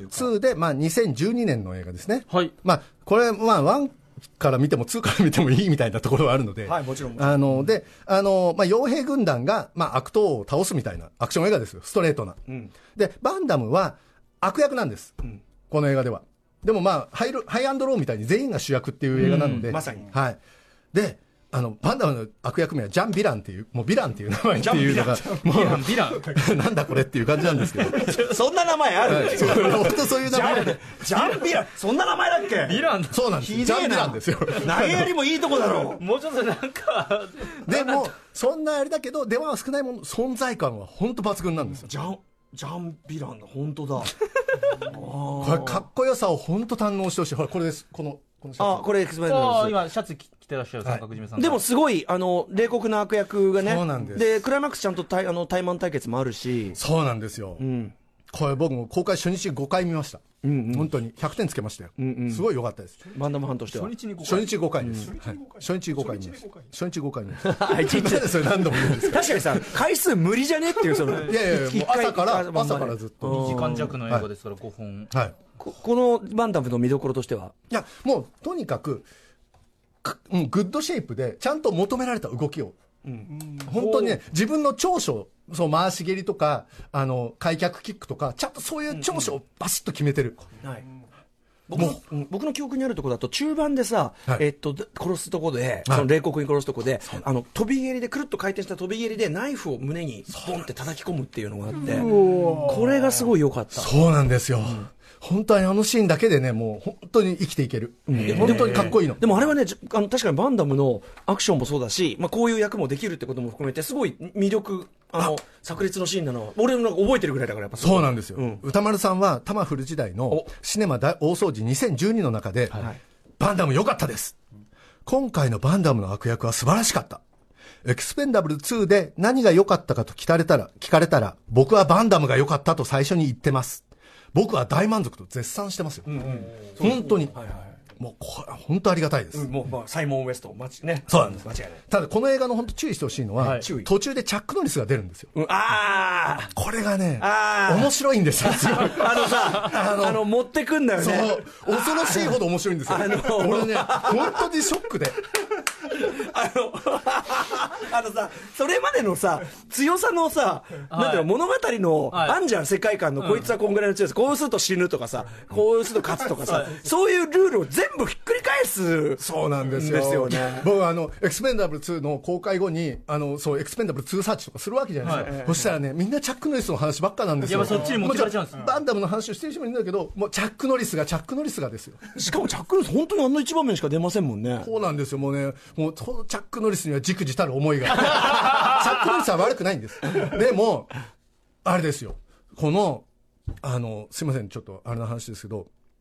2で、まあ、2012年の映画ですね。はい。まあこれまあ1から見ても2から見てもいいみたいなところはあるので、 はい、もちろんでまあ傭兵軍団がまあ悪党を倒すみたいなアクション映画ですよ。ストレートな。でバンダムは悪役なんです。この映画では。でもまあハイアンドローみたいに全員が主役っていう映画なので、 まさに。 はい。でバンダムの悪役名はジャン・ヴィランっていう、もうヴィランっていう名前っていうのが、もう、 ヴィランなんだこれっていう感じなんですけど。 そんな名前ある？ 本当そういう名前で。 ジャン・ヴィラン、そんな名前だっけ？ ヴィラン。 そうなんです。ジャン・ヴィランですよ。 投げやりもいいとこだろう。 もうちょっとなんか。 でも、そんなあれだけど、出番は少ないもの、存在感は本当抜群なんですよ。 ジャン・ヴィランだ、本当だ。 これかっこよさを本当堪能してほしい。ほら、これです。このシャツ。 これエクスペンダブルズ。 今、シャツ着てらっしゃる三角締めさん。 でもすごい、冷酷な悪役がね。 そうなんです。 で、クライマックスちゃんと対マン対決もあるし。 そうなんですよ。これ僕も公開初日5回見ました。本当に100点つけましたよ。すごい良かったです。 バンダム班としては。 初日5回です。初日5回見ます。初日5回見ます。なんでそれ何度も言うんですか。 確かにさ、回数無理じゃねっていう、その。 いやもう朝からずっと。 2時間弱の映画ですから5本。 はい。 このバンダムの見どころとしては。 いや、もうとにかく、グッドシェイプでちゃんと求められた動きを。本当にね、自分の長所、そう回し蹴りとか開脚キックとかちゃんとそういう長所をバシッと決めてる。はい。僕の記憶にあるところだと中盤でさ、殺すとこで、その冷酷に殺すとこで、飛び蹴りでくるっと回転した飛び蹴りでナイフを胸にボンって叩き込むっていうのがあって、これがすごい良かった。 そうなんですよ。本当にシーンだけでね、もう本当に生きていける。本当にかっこいいの。 でもあれはね、確かにバンダムのアクションもそうだし、まあこういう役もできるってことも含めて、すごい魅力、炸裂のシーンなのは、俺なんか覚えてるぐらいだからやっぱそうなんですよ。歌丸さんはタマフル時代のシネマ大掃除2012の中で、バンダム良かったです。今回のバンダムの悪役は素晴らしかった。エクスペンダブル2で何が良かったかと聞かれたら、僕はバンダムが良かったと最初に言ってます。僕は大満足と絶賛してますよ。本当に。もうこれ本当ありがたいです。 もうサイモン・ウエストね。 そうなんです。 間違いない。 ただこの映画の本当注意してほしいのは、途中でチャック・ノリスが出るんですよ。これがね、面白いんですよ。 持ってくんだよね。 そう。恐ろしいほど面白いんですよ。俺ね、本当にショックで。 さ、それまでのさ、強さのさ、なんていうの、物語の、あんじゃん、世界観の、こいつはこんぐらいの強さ、こうすると死ぬとかさ、こうすると勝つとかさ、そういうルールを全部ひっくり返す。 そうなんですよね。僕エクスペンダブル2の公開後に、そうエクスペンダブル2サーチとかするわけじゃないですか。そしたらね、みんなチャック・ノリスの話ばっかなんですよ。 いや、そっちに持ってかれちゃうんですよ。 バンダムの話をしてる人もいるんだけど、もうチャック・ノリスがですよ。 しかもチャック・ノリス本当にあの一場面しか出ませんもんね。 そうなんですよ。もうね、もうチャック・ノリスには忸怩たる思いが。チャック・ノリスは悪くないんです。でもあれですよ。このすいません、ちょっとあれの話ですけど、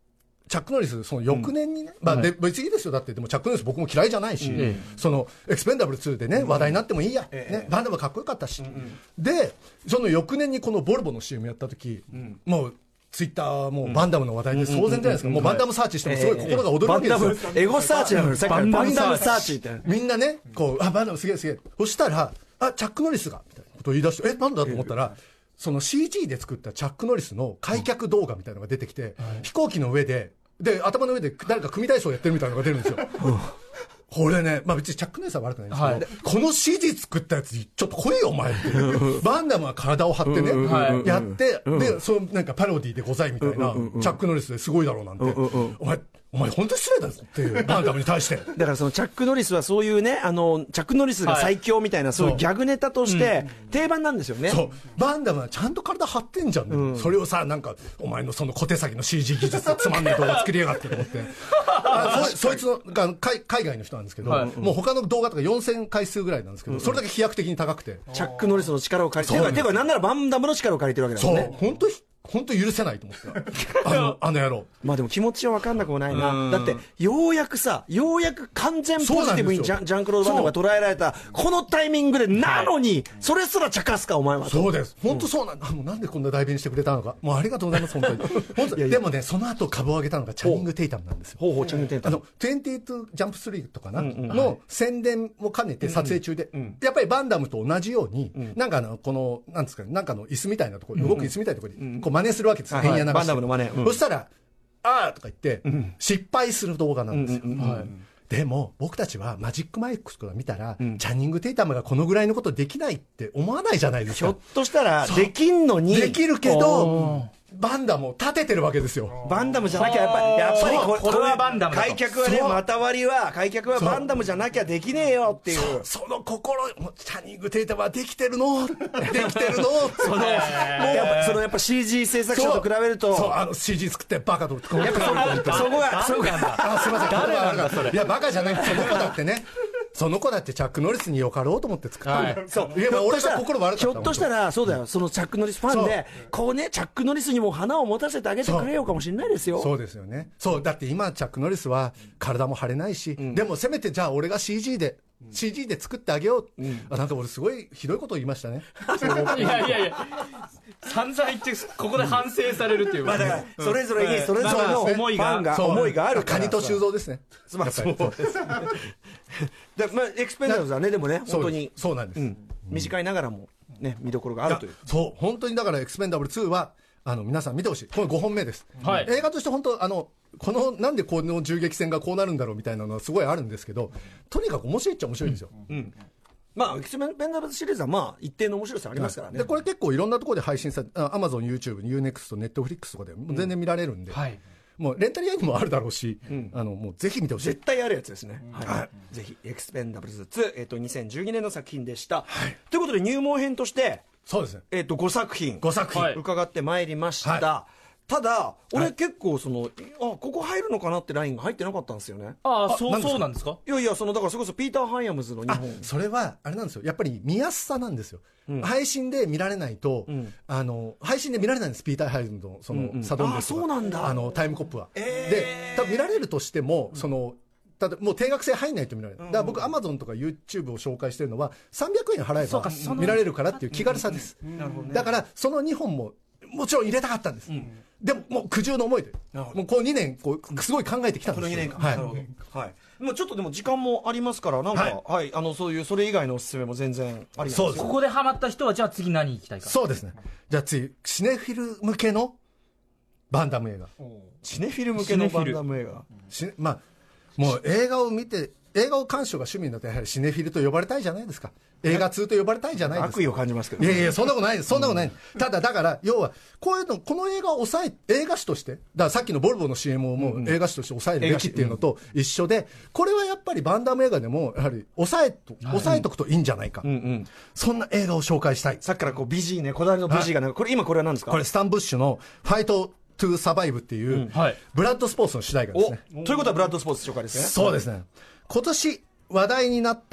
チャック・ノリス、その翌年にね、まあ、で別にいいですよ、だって、でもチャック・ノリス、僕も嫌いじゃないし、そのエクスペンダブル2でね、話題になってもいいや、ね、バンダムかっこよかったし、で、その翌年にこのボルボの CM やった時、もう、ツイッターもバンダムの話題で騒然じゃないですか、もうバンダムサーチしてもすごい心が躍るわけですよ。 エゴサーチなのに、さっきからバンダムサーチって。 みんなね、こう、バンダムすげえすげえ。そしたら、チャック・ノリスが、みたいなことを言い出して、なんだと思ったら、その CG で作ったチャック・ノリスの開脚動画みたいなのが出てきて、飛行機の上で、頭の上で誰か組体操やってるみたいなのが出るんですよ。これね、まあ別にチャック・ノリスは悪くないんですけど、この CG 作ったやつ、ちょっと来いよ、お前って。バンダムは体を張ってね、やって、で、そのなんかパロディでございみたいな、チャック・ノリスですごいだろうなんて、お前本当に失礼だぞっていう、バンダムに対して。 だからそのチャック・ノリスはそういうね、チャック・ノリスが最強みたいな、そういうギャグネタとして定番なんですよね。 そう。バンダムはちゃんと体張ってんじゃんね。それをさ、なんか、お前のその小手先の CG 技術でつまんない動画作りやがってと思って。そいつの海外の人なんですけど、もう他の動画とか4000回数ぐらいなんですけど、それだけ飛躍的に高くて。 チャック・ノリスの力を借りて、てかなんならバンダムの力を借りてるわけだもんね。 そう。本当許せないと思ってあの野郎。 まあでも気持ちは分かんなくもないな。だってようやく完全ポジティブにジャンクロード・バンダムが捉えられたこのタイミングで、なのにそれすら茶化すかお前は。 そうです、本当そうなんだ。もうなんでこんな代弁してくれたのか、もうありがとうございます本当に。でもね、その後株を上げたのがチャニング・テイタムなんですよ。 チャニング・テイタム、 22ジャンプスリーとかの宣伝も兼ねて撮影中で、やっぱりバンダムと同じように、なんかこのなんですかね、なんかの椅子みたいなところ、動く椅子みたいなところにこう真似するわけですよ。 バンダムの真似。 そしたら、あーとか言って、失敗する動画なんですよ。でも、僕たちはマジックマイクとか見たら、チャニング・テイタムがこのぐらいのことできないって思わないじゃないですか。 ひょっとしたら、できんのに。 できるけど、バンダムを立ててるわけですよ。 バンダムじゃなきゃやっぱりこれはバンダムだと。 開脚はね、開脚はバンダムじゃなきゃできねえよっていう。 その心、チャニング・テイタムはできてるのできてるのやっぱ CG 制作者と比べると。 そう、CG 作ってバカと。やっぱそこが、すいません。 誰なんだそれ。 いや、バカじゃない。その子だってね。その子だってチャック・ノリスによかろうと思って作ったんだ。そう。いや、俺が心悪かった。 ひょっとしたら、そうだよ。そのチャック・ノリスファンで、こうね、チャック・ノリスにも花を持たせてあげてくれようかもしれないですよ。 そうですよね。そう。だって今、チャック・ノリスは体も張れないし、でもせめてじゃあ俺が CG で作ってあげよう。なんか俺すごいひどいことを言いましたね。 いや。散々言って、ここで反省されるっていう。 まあだから、それぞれの思いがあるから。 カニと修造ですね。 そうです。エクスペンダブルズはね、でもね、本当に。 そうなんです。 短いながらも、ね、見どころがあるという。 そう、本当にだからエクスペンダブル2は、皆さん見てほしい。これ5本目です。映画として本当、なんでこの銃撃戦がこうなるんだろうみたいなのはすごいあるんですけど、とにかく面白いっちゃ面白いんですよ。 まあ、エクスペンダブルズシリーズはまあ、一定の面白さありますからね。 で、これ結構いろんなところで配信されて、Amazon、YouTube、Unext、Netflix とかで全然見られるんで、もうレンタル屋にもあるだろうし、もうぜひ見てほしい。 絶対あるやつですね。ぜひ、エクスペンダブルズ2、2012年の作品でした。ということで、入門編として、 そうですね。 5作品。 5 伺ってまいりました。ただ、俺結構ここ入るのかなってラインが入ってなかったんですよね。 そうなんですか。 いやいや、だからそれこそピーター・ハイアムズの日本。 それは、あれなんですよ。やっぱり見やすさなんですよ。配信で見られないと、配信で見られないんです、ピーター・ハイアムズの、サドンデスとか。 そうなんだ。 タイムコップは。で、多分見られるとしても、ただもう定額制入んないと見られる。だから僕、アマゾンとか YouTube を紹介してるのは、300円払えば見られるからっていう気軽さです。だから、その2本も、もちろん入れたかったんです。でも、もう苦渋の思いで、もうこの2年、すごい考えてきたんです。 この2年間。はい。もうちょっとでも時間もありますから、なんか、そういう、それ以外のおすすめも全然ありそうです。ここでハマった人は、じゃあ次何行きたいか。 そうですね。じゃあ次、シネフィル向けのバンダム映画。 シネフィル向けのバンダム映画。 まあ、もう映画を見て、映画を鑑賞が趣味になってやはりシネフィルと呼ばれたいじゃないですか。映画通と呼ばれたいじゃないですか。 悪意を感じますけど。 いや、そんなことないです。そんなことない。ただ、だから、要は、この映画を映画史として、だからさっきのボルボの CM をもう映画史として抑えるべきっていうのと一緒で、これはやっぱりバンダム映画でも、やはり抑えとくといいんじゃないか。そんな映画を紹介したい。 さっきからこう、ビジーね、こだわりのビジーがね、これは何ですか？ これ、スタン・ブッシュのファイト・トゥ・サバイブっていう、ブラッドスポーツの主題歌ですね。 ということはブラッドスポーツ紹介ですね。 そうですね。今年話題になった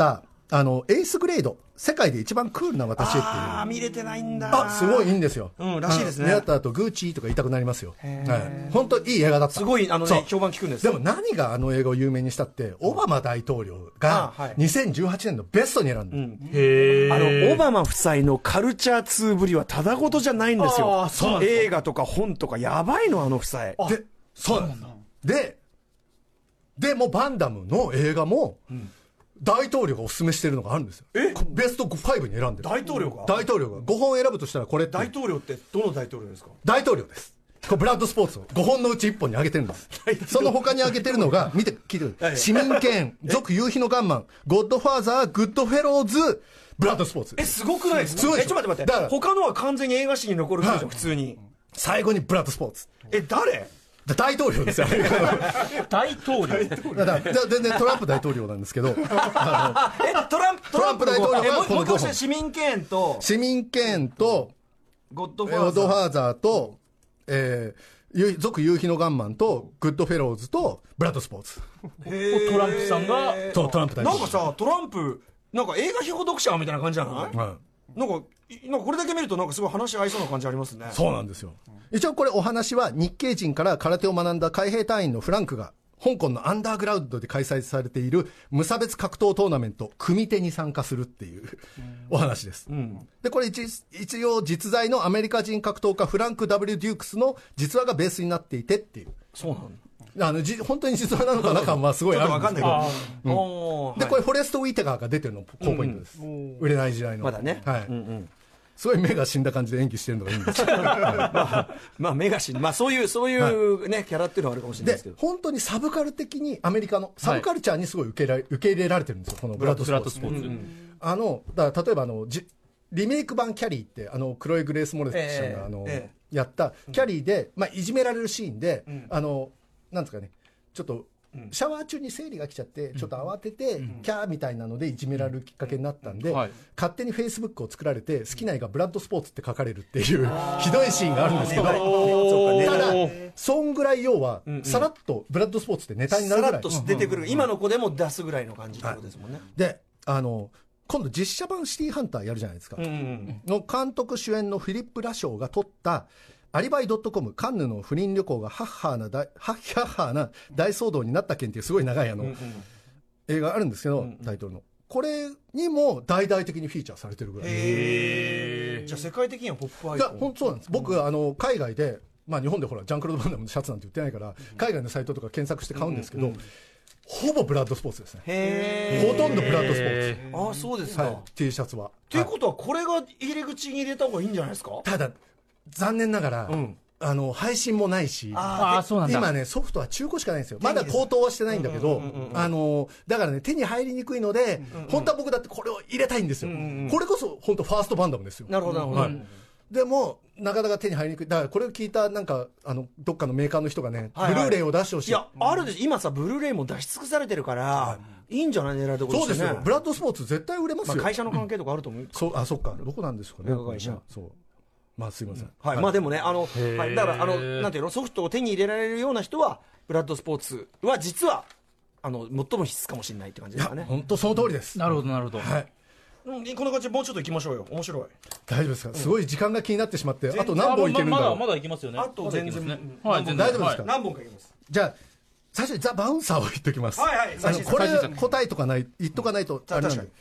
エイスグレード、世界で一番クールな私へっていう。 ああ、見れてないんだ。 すごいいいんですよ。 らしいですね。 見合った後、グーチーとか言いたくなりますよ。本当いい映画だった。 すごい、評判聞くんです。 でも何があの映画を有名にしたって、オバマ大統領が2018年のベストに選んだ。 オバマ夫妻のカルチャー通ぶりはただごとじゃないんですよ。映画とか本とかやばいの、あの夫妻。 そうなんだ。でもバンダムの映画も、大統領がおすすめしてるのがあるんですよ。ベスト5に選んでる。 大統領が 5本選ぶとしたらこれって。 大統領ってどの大統領ですか？ 大統領です。ブラッドスポーツを5本のうち1本に挙げてるんです。その他に挙げてるのが、聞いてください。市民権、続夕日のガンマン、ゴッドファーザー、グッドフェローズ、ブラッドスポーツ。 すごくないですか？ すごい。 ちょっと待って。他のは完全に映画史に残るんですよ、普通に。 最後にブラッドスポーツ。 誰？ 大統領ですよ。 大統領全然トランプ大統領なんですけど。トランプ大統領はこの5本。 市民権と、 ゴッドファーザーと、続夕日のガンマンと、グッドフェローズと、ブラッドスポーツ。 トランプさんが、 トランプ大統領。 なんかさ、トランプ、なんか映画批評読者みたいな感じじゃない？なんかこれだけ見るとなんかすごい話合いそうな感じありますね。 そうなんですよ。一応これお話は日系人から空手を学んだ海兵隊員のフランクが香港のアンダーグラウンドで開催されている無差別格闘トーナメント組手に参加するっていうお話です。でこれ一応実在のアメリカ人格闘家フランク W デュークスの実話がベースになっていてっていう。 そうなんだ。 本当に実話なのかな感はすごいあるんですけど。でこれフォレスト・ウィテガーが出てるの高ポイントです。売れない時代の。 まだね。 はい。すごい目が死んだ感じで演技してるのがいいんですよ。 まあ目が死んだ。まあそういうねキャラっていうのはあるかもしれないですけど。 本当にサブカル的にアメリカのサブカルチャーにすごい受け入れられてるんですよ。このブラッドスポーツ。だから例えばリメイク版キャリーってクロエ・グレース・モレッツさんがやったキャリーでいじめられるシーンでなんですかね、ちょっとシャワー中に生理が来ちゃってちょっと慌ててキャーみたいなのでいじめられるきっかけになったんで、勝手にフェイスブックを作られて好きな映画ブラッドスポーツって書かれるっていうひどいシーンがあるんですけど、ただそんぐらい要はさらっとブラッドスポーツってネタになるぐらいさらっと出てくる、今の子でも出すぐらいの感じってことですもんね。 で今度実写版シティーハンターやるじゃないですか、の監督主演のフィリップ・ラショーが撮ったアリバイ .com カンヌの不倫旅行がハッハーな大騒動になった件っていうすごい長い映画あるんですけど、タイトルのこれにも大々的にフィーチャーされてるぐらい。 じゃあ世界的にはポップアイコン。 そうなんです。僕海外で日本でほらジャンクロード・バンダムのシャツなんて売ってないから海外のサイトとか検索して買うんですけど、ほぼブラッドスポーツですね。ほとんどブラッドスポーツ。 そうですか。 T シャツは。 ということはこれが入り口に入れた方がいいんじゃないですか。 ただ残念ながら、配信もないし、今ねソフトは中古しかないんですよ。まだ高騰はしてないんだけど、だからね手に入りにくいので、本当は僕だってこれを入れたいんですよ。これこそ本当ファーストバンダムですよ。 なるほどなるほど。 でもなかなか手に入りにくい。だからこれを聞いたなんかどっかのメーカーの人がね、ブルーレイを出してほしい。 いやあるでしょ。今さブルーレイも出し尽くされてるから、いいんじゃない、狙いどころそうですよ。ブラッドスポーツ絶対売れますよ。 会社の関係とかあると思う。 そっか、どこなんですかね。 会社。 そう。すいません。 はい。でもね、だからなんていうの、ソフトを手に入れられるような人はブラッドスポーツは実は最も必須かもしれないって感じですかね。 本当その通りです。 なるほどなるほど。 はい。 こんな感じでもうちょっと行きましょうよ。面白い。 大丈夫ですか。すごい時間が気になってしまって、あと何本いけるんだろう。 まだいきますよね。 あと全然大丈夫ですか。 何本かいきます。 じゃあ最初にザ・バウンサーを言っておきます。これ答えとかない言っとかないとあれなんで、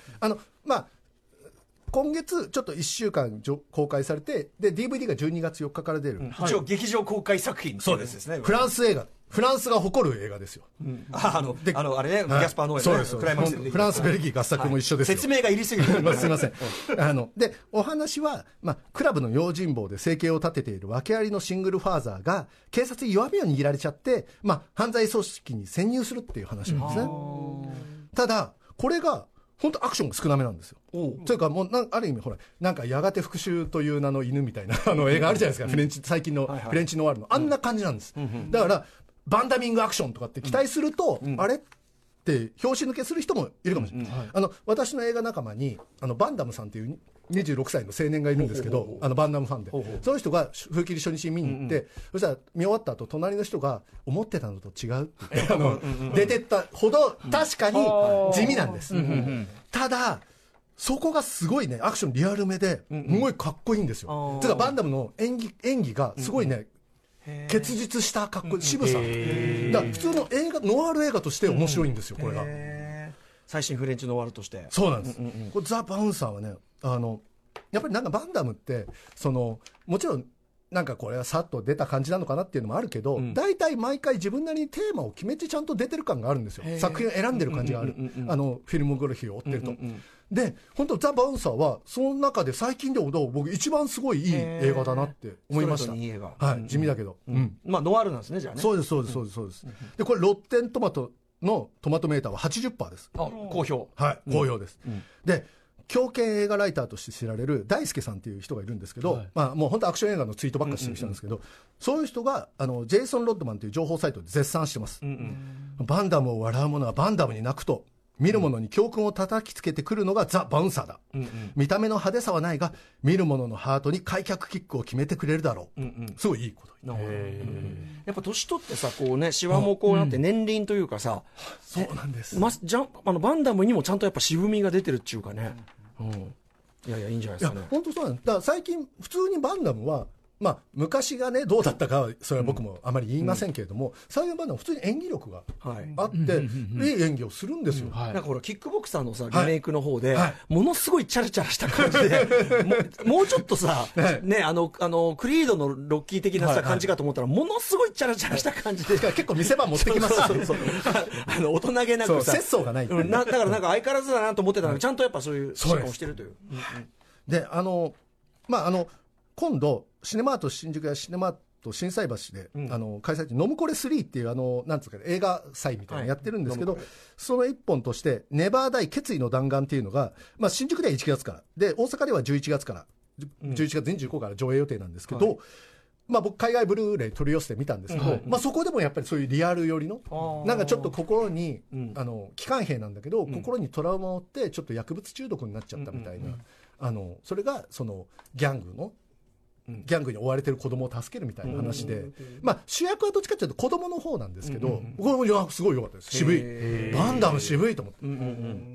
今月ちょっと1週間公開されて、で DVD が12月4日から出る、 一応劇場公開作品。 そうですね。フランスが誇る映画ですよ。 あれね、ギャスパー・ノエのクライマックスでフランスベルギー合作も一緒ですよ。 説明がいりすぎる。 すいません。でお話はクラブの用心棒で生計を立てている訳ありのシングルファーザーが警察に弱みを握られちゃって犯罪組織に潜入するっていう話なんですね。ただこれが本当アクションが少なめなんですよ。というかもうある意味ほらなんかやがて復讐という名の犬みたいな映画あるじゃないですか。最近のフレンチノワールのあんな感じなんです。だからバンダミングアクションとかって期待すると、あれって表紙抜けする人もいるかもしれない、私の映画仲間にバンダムさんっていう26歳の青年がいるんですけど、バンダムファンで、その人が風切り初日に見に行って、そしたら見終わった後隣の人が思ってたのと違うって言って出てったほど確かに地味なんです、ただそこがすごいねアクションリアルめですごいかっこいいんですよ。てかバンダムの演技がすごいね、結実したかっこいい渋さだから普通の映画ノワール映画として面白いんですよ、これが最新フレンチノワールとして。 そうなんです、これザ・バウンサーはねやっぱりなんかバンダムってもちろんなんかこれはさっと出た感じなのかなっていうのもあるけど、大体毎回自分なりにテーマを決めてちゃんと出てる感があるんですよ。作品を選んでる感じがある、フィルモグラフィーを追ってると、で本当ザ・バウンサーはその中で最近で僕一番すごいいい映画だなって思いました。 いい映画、 はい、地味だけど、 まあノワールなんですね、じゃあね。 そうですそうですそうですそうです、でこれロッテントマトのトマトメーターは 80% です。 好評。 はい、好評です、で狂犬映画ライターとして知られる大輔さんっていう人がいるんですけど、もう本当アクション映画のツイートばっかりしてる人なんですけど、そういう人がジェイソン・ロッドマンという情報サイトで絶賛してます、バンダムを笑う者はバンダムに泣くと、見る者に教訓を叩きつけてくるのがザ・バウンサーだ、見た目の派手さはないが見る者のハートに開脚キックを決めてくれるだろう、すごいいいこと。 やっぱ年取ってさこうねシワもこうなって年輪というかさ、 そうなんです、 バンダムにもちゃんとやっぱ渋みが出てるっていうかね、いやいやいいんじゃないですかね。 本当そうなんです。だから最近普通にバンダムは昔がねどうだったかはそれは僕もあまり言いませんけれども、最近バンダムは普通に演技力があって、いい演技をするんですよ。 なんかほらキックボクサーのさリメイクの方で、ものすごいチャラチャラした感じでもうちょっとさ、ね、クリードのロッキー的なさ感じかと思ったらものすごいチャラチャラした感じで結構見せ場持ってきますし大人げなくさ節操がないだからなんか相変わらずだなと思ってたのにちゃんとやっぱそういう進化をしてるという。 で今度シネマート新宿やシネマート心斎橋で、開催中ノムコレ3っていうなんつうか、映画祭みたいなのやってるんですけど、その一本としてネバーダイ決意の弾丸っていうのが、新宿では1月からで大阪では11月から11月25から上映予定なんですけど、僕海外ブルーレイ取り寄せてみたんですけど、そこでもやっぱりそういうリアル寄りのなんかちょっと心に、機関兵なんだけど、心にトラウマを負ってちょっと薬物中毒になっちゃったみたいな、それがそのギャングに追われてる子供を助けるみたいな話で、主役はどっちかというと子供の方なんですけど、これもすごい良かったです。渋いバンダム渋いと思って、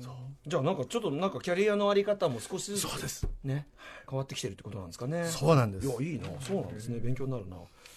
じゃあなんかちょっとなんかキャリアのあり方も少しずつそうですね変わってきてるってことなんですかね。 そうなんです。 いやいいな、そうなんですね、勉強になるな。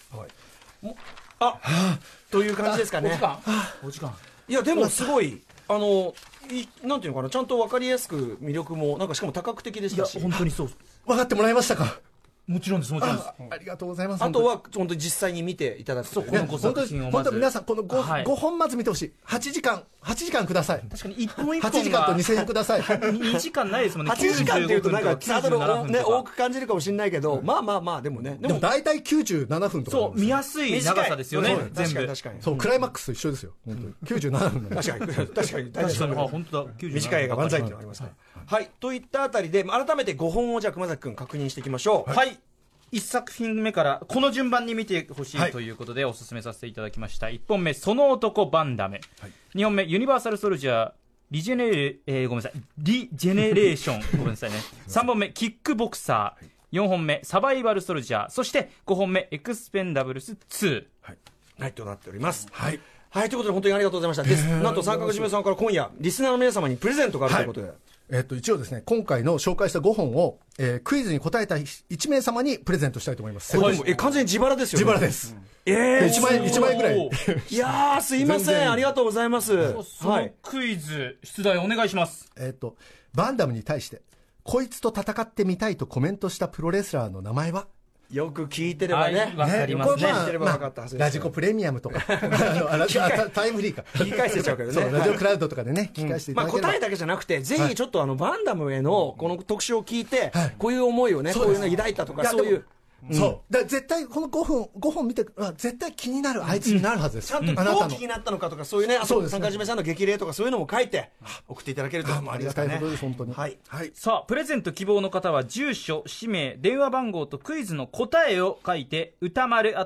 という感じですかね。 お時間いやでもすごいなんていうのかな、ちゃんと分かりやすく魅力もなんかしかも多角的でしたし。 本当にそう。 分かってもらいましたか。 もちろんです、もちろんです。 ありがとうございます。 あとは本当に実際に見ていただくという、 この作品を本当に皆さんこの 5本まず見てほしい。8時間ください。 確かに1本1本が 8時間と2000円ください。 2時間ないですもんね。 8時間っていうとなんかハードルをね多くく感じるかもしれないけど、まあでもね、 でも大体97分とか。 そう見やすい長さですよね。 全部確かにそうクライマックスと一緒ですよ。97分。 確かに本当だ。 短い映画万歳っていうのがありますね。はいといったあたりで改めて5本をじゃあ熊崎君確認していきましょう。 はい。1作品目からこの順番に見てほしいということでおすすめさせていただきました。1本目その男バンダム、2本目ユニバーサルソルジャーリジェネレーションごめんなさいね。3本目キックボクサー、4本目サバイバルソルジャー、そして5本目エクスペンダブルス2、 はいとなっております。はいということで本当にありがとうございました。なんと三角締めさんから今夜リスナーの皆様にプレゼントがあるということで、 一応ですね今回の紹介した5本を、クイズに答えた1名様にプレゼントしたいと思います。 これ完全に自腹ですよね。 自腹です。1万円ぐらい。 いやーすいません、ありがとうございます。 そのクイズ出題お願いします。 バンダムに対してこいつと戦ってみたいとコメントしたプロレスラーの名前は。 よく聞いてればね、 わかりますね。 ラジコプレミアムとかタイムフリーか聞き返せちゃうけどね。 ラジオクラウドとかでね聞き返していただければ。 答えだけじゃなくてぜひちょっとバンダムへのこの特集を聞いてこういう思いをねこういうの抱いたとかそういうそうだから絶対この5本見て絶対気になるあいつになるはずです、 ちゃんとどう気になったのかとかそういうね、あと三ヶ島さんの激励とかそういうのも書いて送っていただけるとありがたいことです本当に。 はい、 さあプレゼント希望の方は住所氏名電話番号とクイズの答えを書いて歌丸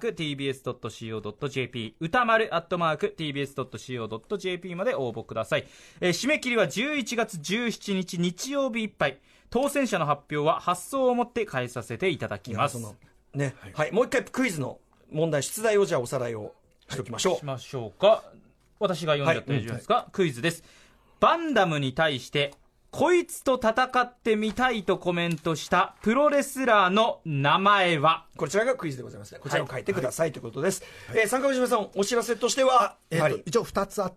@tbs.co.jp 歌丸@tbs.co.jp まで応募ください。締め切りは11月17日日曜日いっぱい。当選者の発表は発送をもって返させていただきます。 ね、はい、もう一回クイズの問題出題をじゃあおさらいをしておきましょう。 しましょうか。私が読んじゃったらいいですか、クイズです。バンダムに対してこいつと戦ってみたいとコメントしたプロレスラーの名前は。こちらがクイズでございますね。こちらを書いてください、ということです。三ヶ島さんお知らせとしては、 一応2つあって、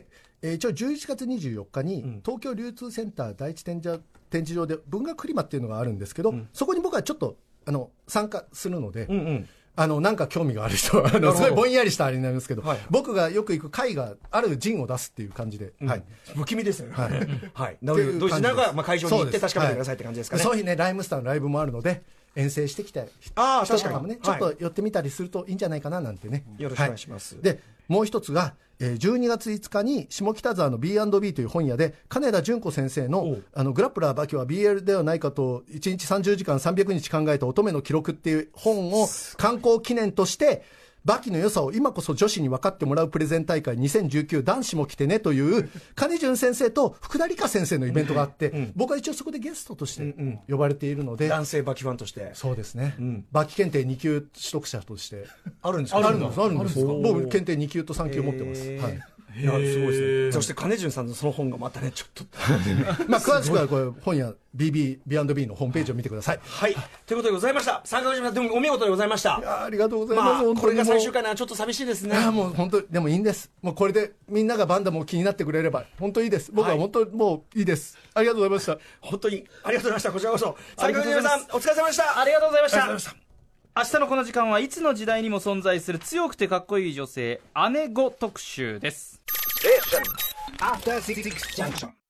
一応11月24日に東京流通センター第一展示場で文学フリマっていうのがあるんですけど、そこに僕はちょっと参加するので、なんか興味がある人はすごいぼんやりしたあれになりますけど、僕がよく行く会がある陣を出すっていう感じで、 不気味ですよね。はい、どういう時なんか会場に行って確かめてくださいって感じですかね。 そういうねライムスターのライブもあるので遠征してきた人とかもねちょっと寄ってみたりするといいんじゃないかななんてね。 よろしくお願いします。 でもう一つが12月5日に下北沢の B&B という本屋で金田純子先生のグラップラーバキは BL ではないかと1日30時間300日考えた乙女の記録っていう本を刊行記念としてバキの良さを今こそ女子に分かってもらうプレゼン大会2019男子も来てねという金純先生と福田理香先生のイベントがあって、僕は一応そこでゲストとして呼ばれているので、 男性バキファンとして。 そうですね、バキ検定2級取得者としてあるんですか。 あるんですか。僕検定2級と3級持ってます。 いやすごいですね。そして金純さんのその本がまたねちょっと詳しくはこれ本屋 B&B のホームページを見てください。 はいということでございました。三ヶ島さんでもお見事でございました。 ありがとうございます。 これが最終回ならちょっと寂しいですね。 もう本当でもいいんです。もうこれでみんながバンダムを気になってくれれば本当いいです。僕は本当もういいです。ありがとうございました。 本当にありがとうございました。こちらこそ三ヶ島さんお疲れ様でした。 ありがとうございました。明日のこの時間はいつの時代にも存在する強くてかっこいい女性姉御特集です。 After 66 junction.